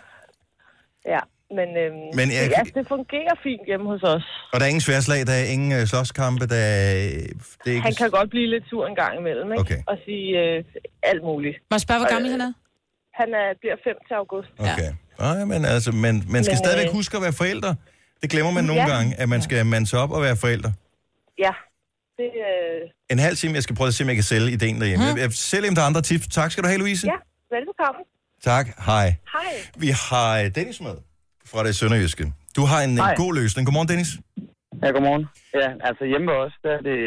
ja. Men, øhm, men jeg... ja, det fungerer fint hjemme hos os. Og der er ingen sværslag, der er ingen øh, slåskampe, der er... Det er ikke... Han kan godt blive lidt sur en gang imellem, ikke? Okay. Og sige øh, alt muligt. Må jeg spørge, hvor gammel han er? Han er, bliver fem til august. Okay. Nej, men altså, man, man skal men, stadigvæk øh... huske at være forældre. Det glemmer man nogle ja. gange, at man skal mande sig op og være forældre. Ja. Det, øh... En halv time, jeg skal prøve at se, om jeg kan sælge ideen derhjemme. Hmm. Jeg sælger dem der andre tips. Tak skal du have, Louise. Ja, velbekomme. Tak, hej. Hej. Vi har Dennis med fra det sønderjyske. Du har en, en god løsning. Godmorgen, Dennis. Ja, godmorgen. Ja, altså hjemme også, der er det,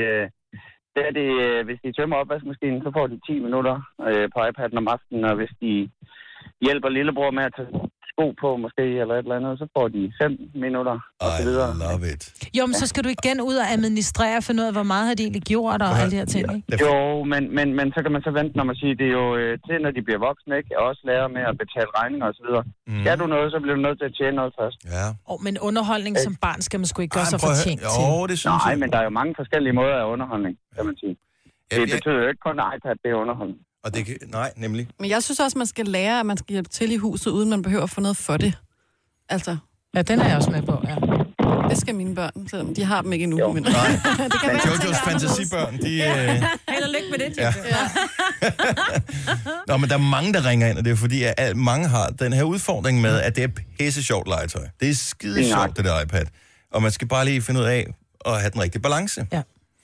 der er det hvis de tømmer opvaskemaskinen, så får de ti minutter øh, på iPad'en om aftenen, og hvis de hjælper lillebror med at tage sko på måske, eller et eller andet, så får de fem minutter, og så videre. I love it. Jo, men så skal du igen ud og administrere, for noget af, hvor meget har de egentlig gjort, og alle de her ting, ikke? Jo, men, men, men så kan man så vente, når man siger, det er jo øh, til, når de bliver voksne, ikke? Og også lærer med at betale regninger og så videre. Mm. Skal du noget, så bliver du nødt til at tjene noget først. Ja. Oh, men underholdning som barn skal man sgu ikke gøre sig fortjent til. Jo, det synes Nej, jeg. men der er jo mange forskellige måder af underholdning, kan man sige. Ja, det betyder jo ikke kun iPad, det er underholdning. Og det kan, nej, nemlig. Men jeg synes også, man skal lære, at man skal hjælpe til i huset, uden man behøver at få noget for det. Altså. Ja, den er jeg også med på, ja. Det skal mine børn, selvom de har dem ikke endnu. Jo. Men... Nej. det kan være, Jojos fantasibørn, de... Ja. Øh... Held og lykke med det, ja. ja. Nå, men der er mange, der ringer ind, og det er fordi, at mange har den her udfordring med, at det er pisse sjovt legetøj. Det er skide sjovt, det der iPad. Og man skal bare lige finde ud af at have den rigtige balance. Ja.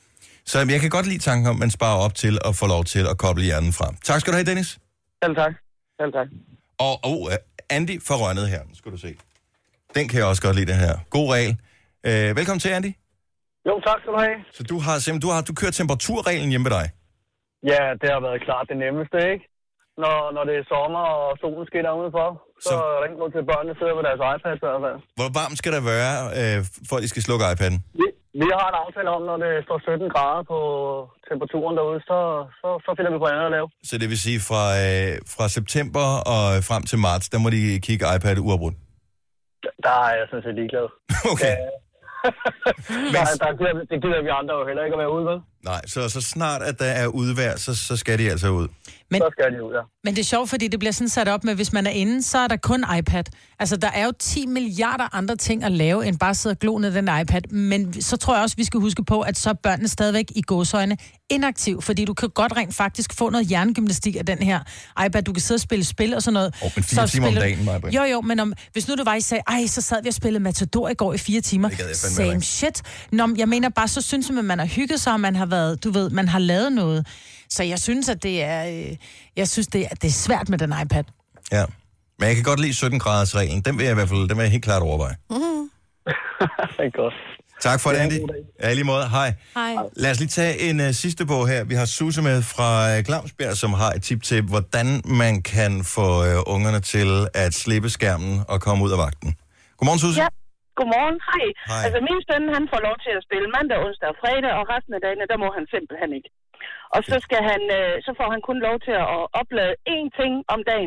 Så jeg kan godt lide tanken om, at man sparer op til at få lov til at koble hjernen frem. Tak skal du have, Dennis. Selv tak. Selv tak. Og oh, Andy fra Rønnet her, skal du se. Den kan jeg også godt lide, den her. God regel. Øh, velkommen til, Andy. Jo, tak skal du have. Så du har simpelthen, du har du kørt temperaturreglen hjemme ved dig? Ja, det har været klart det nemmeste, ikke? Når, når det er sommer, og solen skinner udenfor, så, så er der ikke noget til, at børnene sidder ved deres iPad. Altså. Hvor varmt skal der være, øh, for at de skal slukke iPad'en? Vi, vi har en aftale om, når det står sytten grader på temperaturen derude, så, så, så finder vi på andet at lave. Så det vil sige, fra, øh, fra september og frem til marts, der må de kigge iPad uafbrudt? Der er jeg sådan set ligeglad. Okay. Ja, der, der, der, det gider vi andre jo heller ikke at være ude med. Nej, så, så snart at der er udvejr, så, så skal de altså ud. Men, så skal de ud, ja. Men det er sjovt, fordi det bliver sådan sat op med, hvis man er inde, så er der kun iPad. Altså, der er jo ti milliarder andre ting at lave, end bare sidde og glo ned den iPad. Men så tror jeg også, vi skal huske på, at så er børnene stadigvæk i gåseøjne inaktiv, fordi du kan godt rent faktisk få noget hjernegymnastik af den her iPad. Du kan sidde og spille spil og sådan noget. Åh, men fire så timer spiller... om dagen, Maja. Jo, jo, men om, hvis nu du var, I sagde, ej, så sad vi og spillede Matador i går i fire timer. Same shit. Nå, jeg mener bare, så synes jeg, at man har hygget sig, og man har været, du ved, man har lavet noget. Så jeg synes, at det er, øh, jeg synes, det er, det er svært med den iPad. Ja, men jeg kan godt lide sytten graders reglen. Den vil jeg i hvert fald, den vil jeg helt klart overveje. Mm. Det er godt. Tak for det, Andy. Ja, i lige måde. Hej. Hej. Lad os lige tage en uh, sidste bog her. Vi har Susse med fra uh, Glamsbjerg, som har et tip til, hvordan man kan få uh, ungerne til at slippe skærmen og komme ud af vagten. Godmorgen, Susse. Ja, godmorgen. Hej. Hej. Altså, min søn, han får lov til at spille mandag, onsdag og fredag, og resten af dagene, der må han simpelthen ikke. Og så, skal han, øh, så får han kun lov til at oplade én ting om dagen.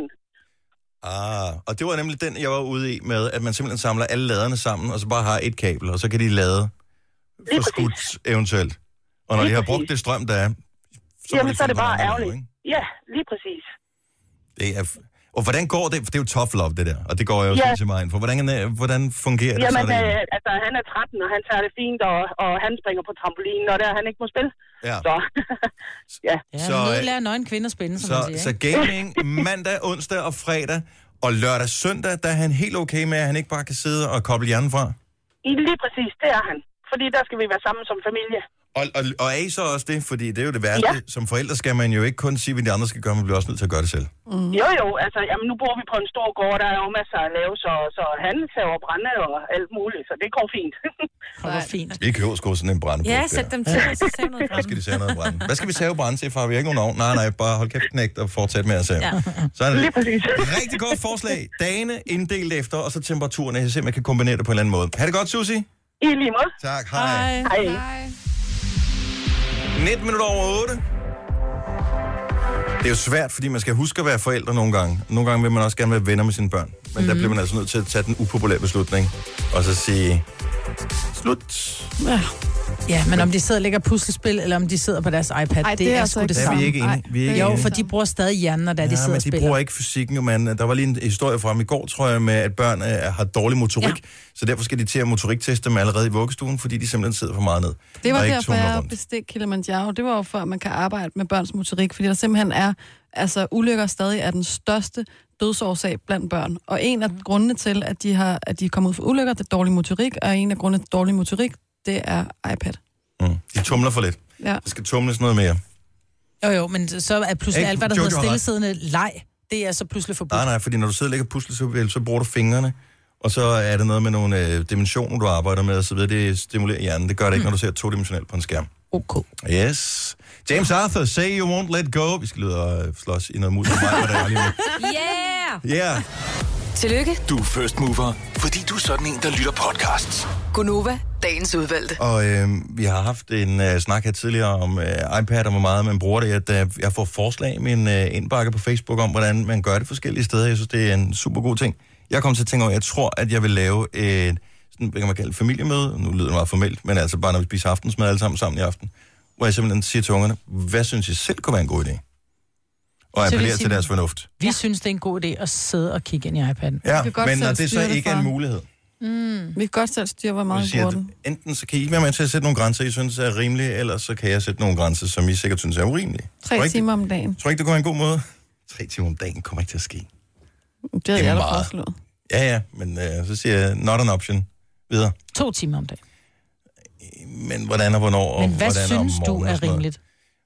Ah, og det var nemlig den, jeg var ude i med, at man simpelthen samler alle laderne sammen, og så bare har et kabel, og så kan de lade for skudt eventuelt. Og når lige de har brugt det strøm, der er, så, Jamen, de så er det bare ærgerligt. Lave, ja, lige præcis. Det er... Og hvordan går det? For det er jo tough love, det der. Og det går jeg jo ja. til mig ind for. Hvordan, hvordan fungerer det? Jamen, så det... øh, altså, han er tretten, og han tager det fint, og, og han springer på trampolinen, når der han ikke må spille. Ja. Så, ja. Ja, så, nødt lærer nøgen kvinder spænde, som så, man siger. Så gaming mandag, onsdag og fredag, og lørdag, søndag, der er han helt okay med, at han ikke bare kan sidde og koble hjernen fra? I lige præcis, det er han. Fordi der skal vi være sammen som familie. Og, og, og er I så også det? Fordi det er jo det værste. Ja. Som forældre skal man jo ikke kun sige, hvad de andre skal gøre, man bliver også nødt til at gøre det selv. Mm. Jo, jo. Altså, jamen, nu bor vi på en stor gård, der er jo masser at lave, så, så han saver brænde og alt muligt, så det går fint. Det går fint. Vi kan jo sgu sådan en brænde på. Ja, sæt dem til at save noget brænde. Hvad skal de save noget brænde? Hvad skal vi save brænde til, far? Vi har ikke nogen ovn. Nej, nej, bare hold kæft knægt og fortsæt med at save. Ja. Så er det rigtig godt forslag. Dagene inddelt efter, og så temperaturen. Jeg ser, om jeg kan kombinere det på en eller anden måde. Ha' det godt, Susie. I lige måde. Tak, hej. Hej. Hej. nitten minutter over otte. Det er jo svært, fordi man skal huske at være forældre nogle gange. Nogle gange vil man også gerne være venner med sine børn. Men mm-hmm. der bliver man altså nødt til at tage den upopulære beslutning. Og så sige... Slut. Ja. Ja, men om de sidder og lægger puslespil, eller om de sidder på deres iPad, Ej, det, det er, er sgu det samme. Er vi ikke enige? Vi er ikke jo, enige. for de bruger stadig hjernen, når ja, de sidder men og de spiller. bruger ikke fysikken, man. Der var lige en historie frem i går, tror jeg, med, at børn øh, har dårlig motorik. Ja. Så derfor skal de til at motorikteste dem allerede i vuggestuen, fordi de simpelthen sidder for meget ned. Det var derfor, jeg bestik Kilimanjaro. Det var jo for, at man kan arbejde med børns motorik, fordi der simpelthen er, altså ulykker stadig er den største dødsårsag blandt børn. Og en af grundene til, at de, har, at de er kommet ud for ulykker, det er dårlig motorik, og en af grundene til dårlig motorik, det er iPad. Mm. De tumler for lidt. Ja. Der skal tumles noget mere. Jo, jo, men så er pludselig Æg, alt, hvad der hedder stillesiddende leg, det er så pludselig forbudt. Nej, nej, fordi når du sidder og lægger puslespil, så bruger du fingrene, og så er det noget med nogle øh, dimensioner, du arbejder med, og så videre. Det stimulerer hjernen. Det gør det ikke, mm. når du ser todimensionelt på en skærm. Okay. Yes. James Arthur, Say You Won't Let Go. Vi skal lyde og slås i noget mus med mig, hvad der er lige med. Yeah! Yeah! Tillykke. Du er first mover, fordi du er sådan en, der lytter podcasts. Gunova, dagens udvalgte. Og øh, vi har haft en øh, snak her tidligere om øh, iPad og hvor meget man bruger det. At, øh, jeg får forslag i min øh, indbakke på Facebook om, hvordan man gør det forskellige steder. Jeg synes, det er en super god ting. Jeg kom til at tænke over, jeg tror, at jeg vil lave et sådan, hvad kan man kalde familiemøde. Nu lyder det meget formelt, men altså bare når vi spiser aftensmad alle sammen sammen i aften. Hvor jeg simpelthen siger til ungerne, hvad synes I selv kunne være en god idé? Og appellere til deres fornuft. Vi ja. synes, det er en god idé at sidde og kigge ind i iPad'en. Ja, men når det så ikke er en mulighed. Mm. Vi kan godt selv styre, hvor meget vi bruger den. Enten så kan I være med til at sætte nogle grænser, I synes er rimelige, eller så kan jeg sætte nogle grænser, som I sikkert synes er urimelige. Tre ikke, timer om dagen. Tror ikke, det kunne være en god måde? Tre timer om dagen kommer ikke til at ske. Det havde jeg da foreslået. Ja, ja, men øh, så siger jeg, not an option. Videre. To timer om dagen. Men hvordan og hvornår? Men hvad hvordan synes du er rimeligt?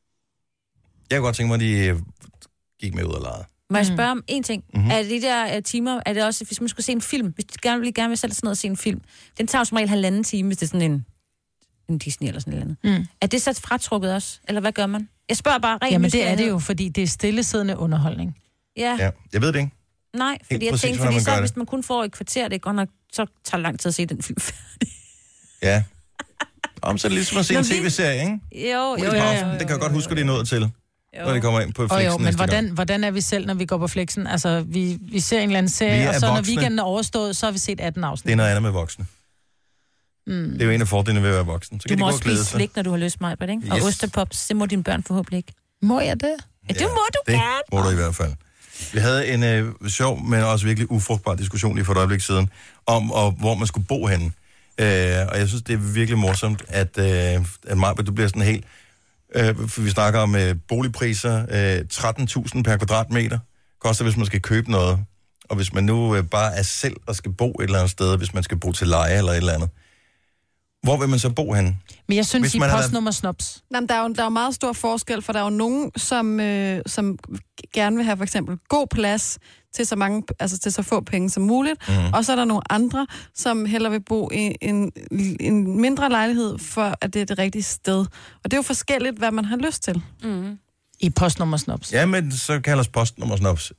Jeg kunne godt tænke mig, at de gik med ud og legede. Må jeg spørge om en ting? Mm-hmm. Er det de der uh, timer, er det også, hvis man skulle se en film, hvis du gerne vil, gerne vil sætte sådan noget og se en film, den tager som regel halvanden time, hvis det er sådan en, en Disney eller sådan noget andet. Mm. Er det så fratrukket også? Eller hvad gør man? Jeg spørger bare rent. Jamen det er det jo, fordi det er stillesiddende underholdning. Ja. ja. Jeg ved det ikke. Nej, fordi Helt jeg præcis, tænkte, fordi så hvis man kun får et kvarter, det er godt nok, så tager det lang tid at se den film færdig. Ja. Om så er det ligesom at se en tv-serie, ikke? Jo, jo, jo, jo, jo. Det kan jeg godt huske, at det er nået til. Jo. Når de kommer ind på Flexen. Oh, jo, men hvordan, hvordan er vi selv, når vi går på Flexen? Altså, vi, vi ser en eller anden serie, og så voksne. Når weekenden er overstået, så har vi set atten afsnit. Det er noget andet med voksne. Mm. Det er jo en af fordelene ved at være voksen. Så Du kan de må gå også og glæde spise sig. slik, når du har lyst, Maja, ikke? Og Yes. ostepops, det må dine børn forhåbentlig ikke. Må jeg det? Ja, det må du Det gerne. må du i hvert fald. Vi havde en øh, sjov, men også virkelig ufrugtbar diskussion lige for et øjeblik siden, om og, hvor man skulle bo henne. Øh, og jeg synes, det er virkelig morsomt, at, øh, at Maja, du bliver sådan helt... Øh, for vi snakker om øh, boligpriser. Øh, tretten tusind per kvadratmeter koster, hvis man skal købe noget. Og hvis man nu øh, bare er selv og skal bo et eller andet sted, hvis man skal bo til leje eller et eller andet. Hvor vil man så bo henne? Men jeg synes, Hvis I man har været- postnummer snobs. Jamen, der er jo der er jo meget stor forskel, for der er jo nogen, som, øh, som gerne vil have for eksempel god plads til så, mange, altså til så få penge som muligt, Mhm. mm. og så er der nogle andre, som hellere vil bo i en, en mindre lejlighed, for at det er det rigtige sted. Og det er jo forskelligt, hvad man har lyst til. Mm. I postnummer snobs. Ja, men så kaldes postnummer snobs.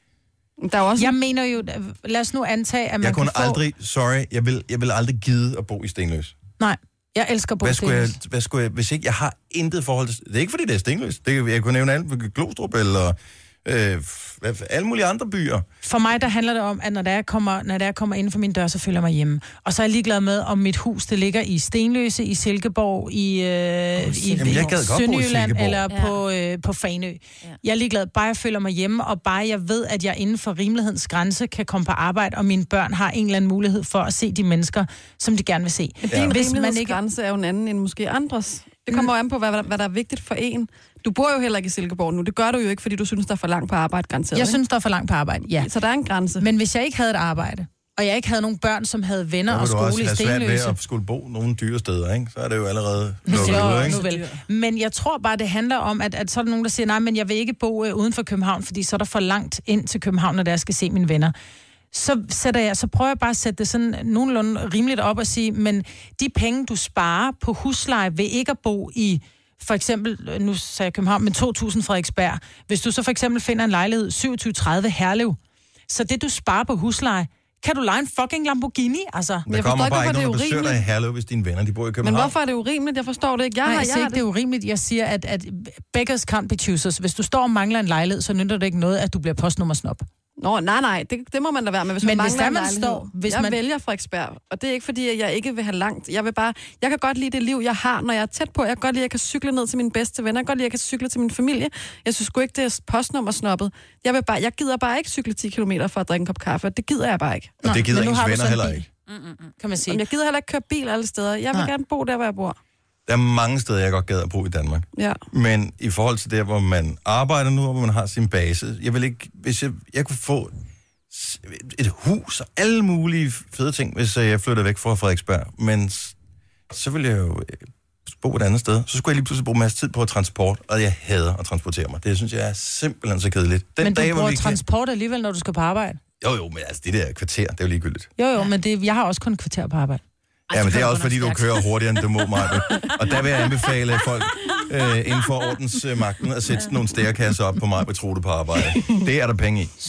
Der er også... Jeg mener jo, lad os nu antage, at man Jeg kunne kan få... aldrig... Sorry, jeg vil, jeg vil aldrig gide at bo i Stenløs. Nej, jeg elsker at bo Hvad i skulle, jeg, Stenløs. hvad skulle jeg... Hvis ikke jeg har intet forhold til... Det er ikke, fordi det er Stenløs. Det, jeg kunne nævne alt. Glostrup eller... Øh, hvad, alle mulige andre byer. For mig, der handler det om, at når der jeg kommer, når der jeg kommer inden for min dør, så føler jeg mig hjemme. Og så er jeg ligeglad med, om mit hus, det ligger i Stenløse, i Silkeborg, i, øh, i, Jamen, jeg gad godt bo i Sønderjylland Silkeborg. eller på, øh, på Fanø. Ja. Jeg er ligeglad, bare jeg føler mig hjemme, og bare jeg ved, at jeg inden for rimelighedens grænse kan komme på arbejde, og mine børn har en eller anden mulighed for at se de mennesker, som de gerne vil se. Men din ja. rimelighedsgrænse er jo en anden end måske andres. Det kommer jo an på, hvad, hvad der er vigtigt for en. Du bor jo heller ikke i Silkeborg nu. Det gør du jo ikke, fordi du synes, der er for langt på arbejde, garanteret. Jeg ikke? synes, der er for langt på arbejde, ja. Så der er en grænse. Men hvis jeg ikke havde et arbejde, og jeg ikke havde nogen børn, som havde venner Så og vil du skole også i have svært ved Stenløse. at skulle bo nogle dyre steder, ikke? Så er det jo allerede lukket Jo, ud, ikke? nu vel. Men jeg tror bare, det handler om, at, at så er der nogen, der siger, nej, men jeg vil ikke bo øh, uden for København, fordi så er der for langt ind til København, når jeg skal se mine venner. Så, sætter jeg, så prøver jeg bare at sætte det sådan nogenlunde rimeligt op og sige, men de penge, du sparer på husleje ved ikke at bo i, for eksempel, nu sagde jeg København, men to tusind Frederiksberg. Hvis du så for eksempel finder en lejlighed syvogtyve tredive Herlev, så det du sparer på husleje, kan du lege en fucking Lamborghini, altså. Der kommer bare ikke nogen, der besøger dig i Herlev, hvis dine venner, de bor i København. Men hvorfor er det urimeligt? Jeg forstår det ikke. Jeg Nej, har, jeg siger ikke, det er urimeligt. Jeg siger, at, at beggars can't be choosers. Hvis du står og mangler en lejlighed, så nytter det ikke noget, at du bliver postnummersnop. Nå, nej, nej, det, det må man da være med, hvis Men man hvis mangler der en man lejlighed. står- hvis jeg man- vælger Frederiksberg, og det er ikke fordi, at jeg ikke vil have langt. Jeg vil bare, jeg kan godt lide det liv, jeg har, når jeg er tæt på. Jeg kan godt lide, at jeg kan cykle ned til mine bedste venner. Jeg kan godt lide, at jeg kan cykle til min familie. Jeg synes sgu ikke, det er postnummersnoppet. Jeg, vil bare, jeg gider bare ikke cykle ti kilometer for at drikke en kop kaffe. Det gider jeg bare ikke. Og det gider men nu ens har du venner sådan en heller bil. ikke. Kan man sige. Jamen, jeg gider heller ikke køre bil alle steder. Jeg vil Nej. gerne bo der, hvor jeg bor. Der er mange steder, jeg godt gad at bo i Danmark. Ja. Men i forhold til der, hvor man arbejder nu, og hvor man har sin base, jeg vil ikke, hvis jeg, jeg kunne få s- et hus og alle mulige fede ting, hvis øh, jeg flytter væk fra Frederiksberg, men s- så ville jeg jo øh, bo et andet sted. Så skulle jeg lige pludselig bruge en masse tid på transport, og jeg hader at transportere mig. Det synes jeg er simpelthen så kedeligt. Den Men du dag, hvor bruger vi kan... transport alligevel, når du skal på arbejde. Jo, jo, men altså det der kvarter, det er jo ligegyldigt. Jo, jo, men det, jeg har også kun et kvarter på arbejde. Ja, men det er også, fordi du kører hurtigere, end du må, Maja. Og der vil jeg anbefale folk øh, inden for ordensmagten at sætte sådan nogle stærkasser op på mig på Trude på arbejde. Det er der penge i.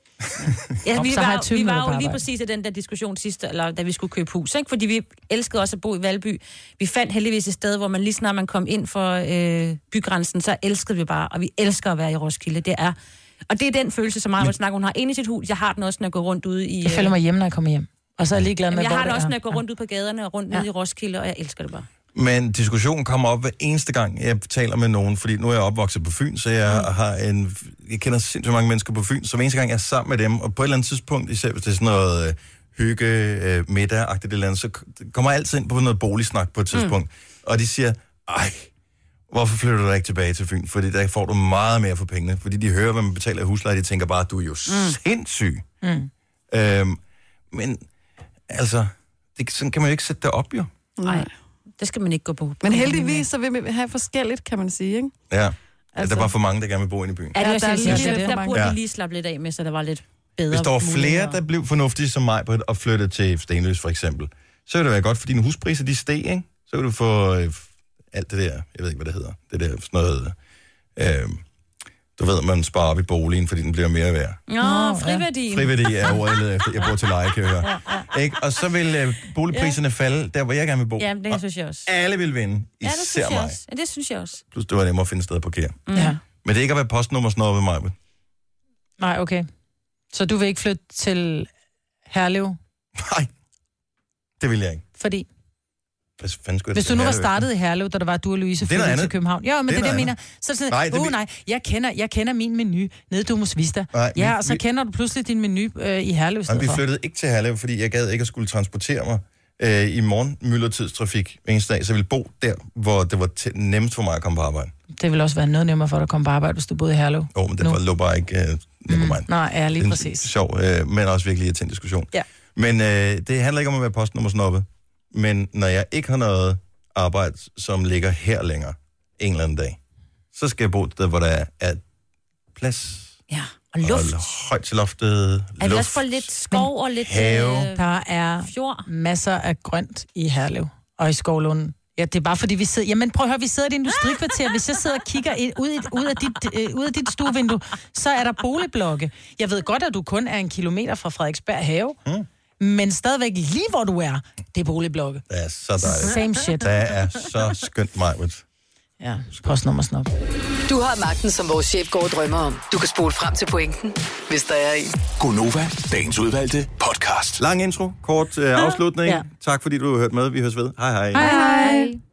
Ja, vi Så har jeg var, tyve vi minutter var på jo lige arbejde. præcis i den der diskussion sidste, eller da vi skulle købe hus, ikke? Fordi vi elskede også at bo i Valby. Vi fandt heldigvis et sted, hvor man lige snart man kom ind for øh, bygrænsen, så elskede vi bare, og vi elsker at være i Roskilde. Det er, og det er den følelse, som Maja snakker, hun har inde i sit hus. Jeg har den også, når jeg går rundt ude i... Jeg føler mig hjemme, når jeg kommer hjem. Og så er jeg ligeglad med, Jamen, jeg hvor har det det også, er. når jeg går rundt ud på gaderne og rundt ja. ned i Roskilde, og jeg elsker det bare. Men diskussionen kommer op hver eneste gang, jeg taler med nogen, fordi nu er jeg opvokset på Fyn, så jeg mm. har en... Jeg kender sindssygt mange mennesker på Fyn, så hver eneste gang jeg er sammen med dem, og på et eller andet tidspunkt, især hvis det er sådan noget øh, hygge, øh, middag-agtigt eller andet, så k- kommer jeg altid ind på noget boligsnak på et tidspunkt, mm. og de siger, ej, hvorfor flytter du da ikke tilbage til Fyn? Fordi der får du meget mere for pengene, fordi de hører, hvad man betaler i husleje, de tænker bare, du er jo mm. sindssyg. Mm. Øhm, men altså, det, sådan kan man jo ikke sætte det op, jo. Nej, det skal man ikke gå på. Men heldigvis, så vil vi have forskelligt, kan man sige, ikke? Ja, altså, Altså- der var for mange, der gerne vil bo inde i byen. Ja, det var Ja, der er ja, lige der, lidt for der mange. burde Ja. de lige slappe lidt af med, så der var lidt bedre. Hvis der var muligheder. flere, der blev fornuftige som mig på at flytte til Stenløs for eksempel, så ville det være godt, for dine huspriser, de steg, ikke? Så ville du få øh, alt det der, jeg ved ikke, hvad det hedder, det der sådan noget, øh, du ved, man sparer op i boligen, fordi den bliver mere værd. Nå, friværdien. Friværdi er ordet, jeg leder efter. Jeg bor til leje, kan jeg høre. Ikke? Og så vil øh, boligpriserne ja. falde der, hvor jeg gerne vil bo. Ja, det Og synes jeg også. alle vil vinde, Ja, det især synes jeg mig. også. Ja, det synes jeg også. Plus det var nemmere at finde et sted at parkere. Mm. Ja. Men det er ikke at være postnummersnobbet mig. Nej, okay. Så du vil ikke flytte til Herlev? Nej, det vil jeg ikke. Fordi? Hvad fanden skulle jeg Hvis til du nu var Herlev? startet i Herlev, da der var du og Louise Det er noget flyttede til andet. København. Jo, men det er det, jeg noget mener. andet. Så er det sådan, Nej, nej, det oh, vi- nej, jeg kender, jeg kender min menu nede i Domus Vista. Nej, ja, vi- og så vi- kender du pludselig din menu øh, i Herlev i Jamen, stedet vi for. flyttede ikke til Herlev, fordi jeg gad ikke at skulle transportere mig øh, i morgen myldretidstrafik hver eneste dag, så jeg ville bo der, hvor det var tæ- nemmest for mig at komme på arbejde. Det ville også være noget nemmere for dig at komme på arbejde, hvis du boede i Herlev. Jo, men det Nu. var, lå bare ikke øh, nemmere mig. Nej, ja, lige En præcis. sjov, øh, men også virkelig irriterende diskussion. Ja. Men øh, det handler ikke om at være postnummersnoppe, men når jeg ikke har noget arbejde, som ligger her længere en eller anden dag, så skal jeg bo der, hvor der er, er plads. Ja, og luft. Og højt til loftet, Er vi luft. også for lidt skov og lidt have. øh, Der er fjord? masser af grønt i Herlev og i Skovlunden. Ja, det er bare fordi, vi sidder... Jamen prøv at høre, vi sidder i et industrikvarter. Hvis jeg sidder og kigger ind, ud, i, ud, af dit, øh, ud af dit stuevindue, så er der boligblokke. Jeg ved godt, at du kun er en kilometer fra Frederiksberg Have, mm. men stadigvæk lige hvor du er, det er boligblokke. Det er så dejligt. Same shit. Det er så skønt, Majbert. Ja, postnummersnop. Du har magten, som vores chef går og drømmer om. Du kan spole frem til pointen, hvis der er en. Gonova, dagens udvalgte podcast. Lang intro, kort øh, afslutning. Ja. Tak fordi du har hørt med. Vi høres ved. Hej hej. Hej hej.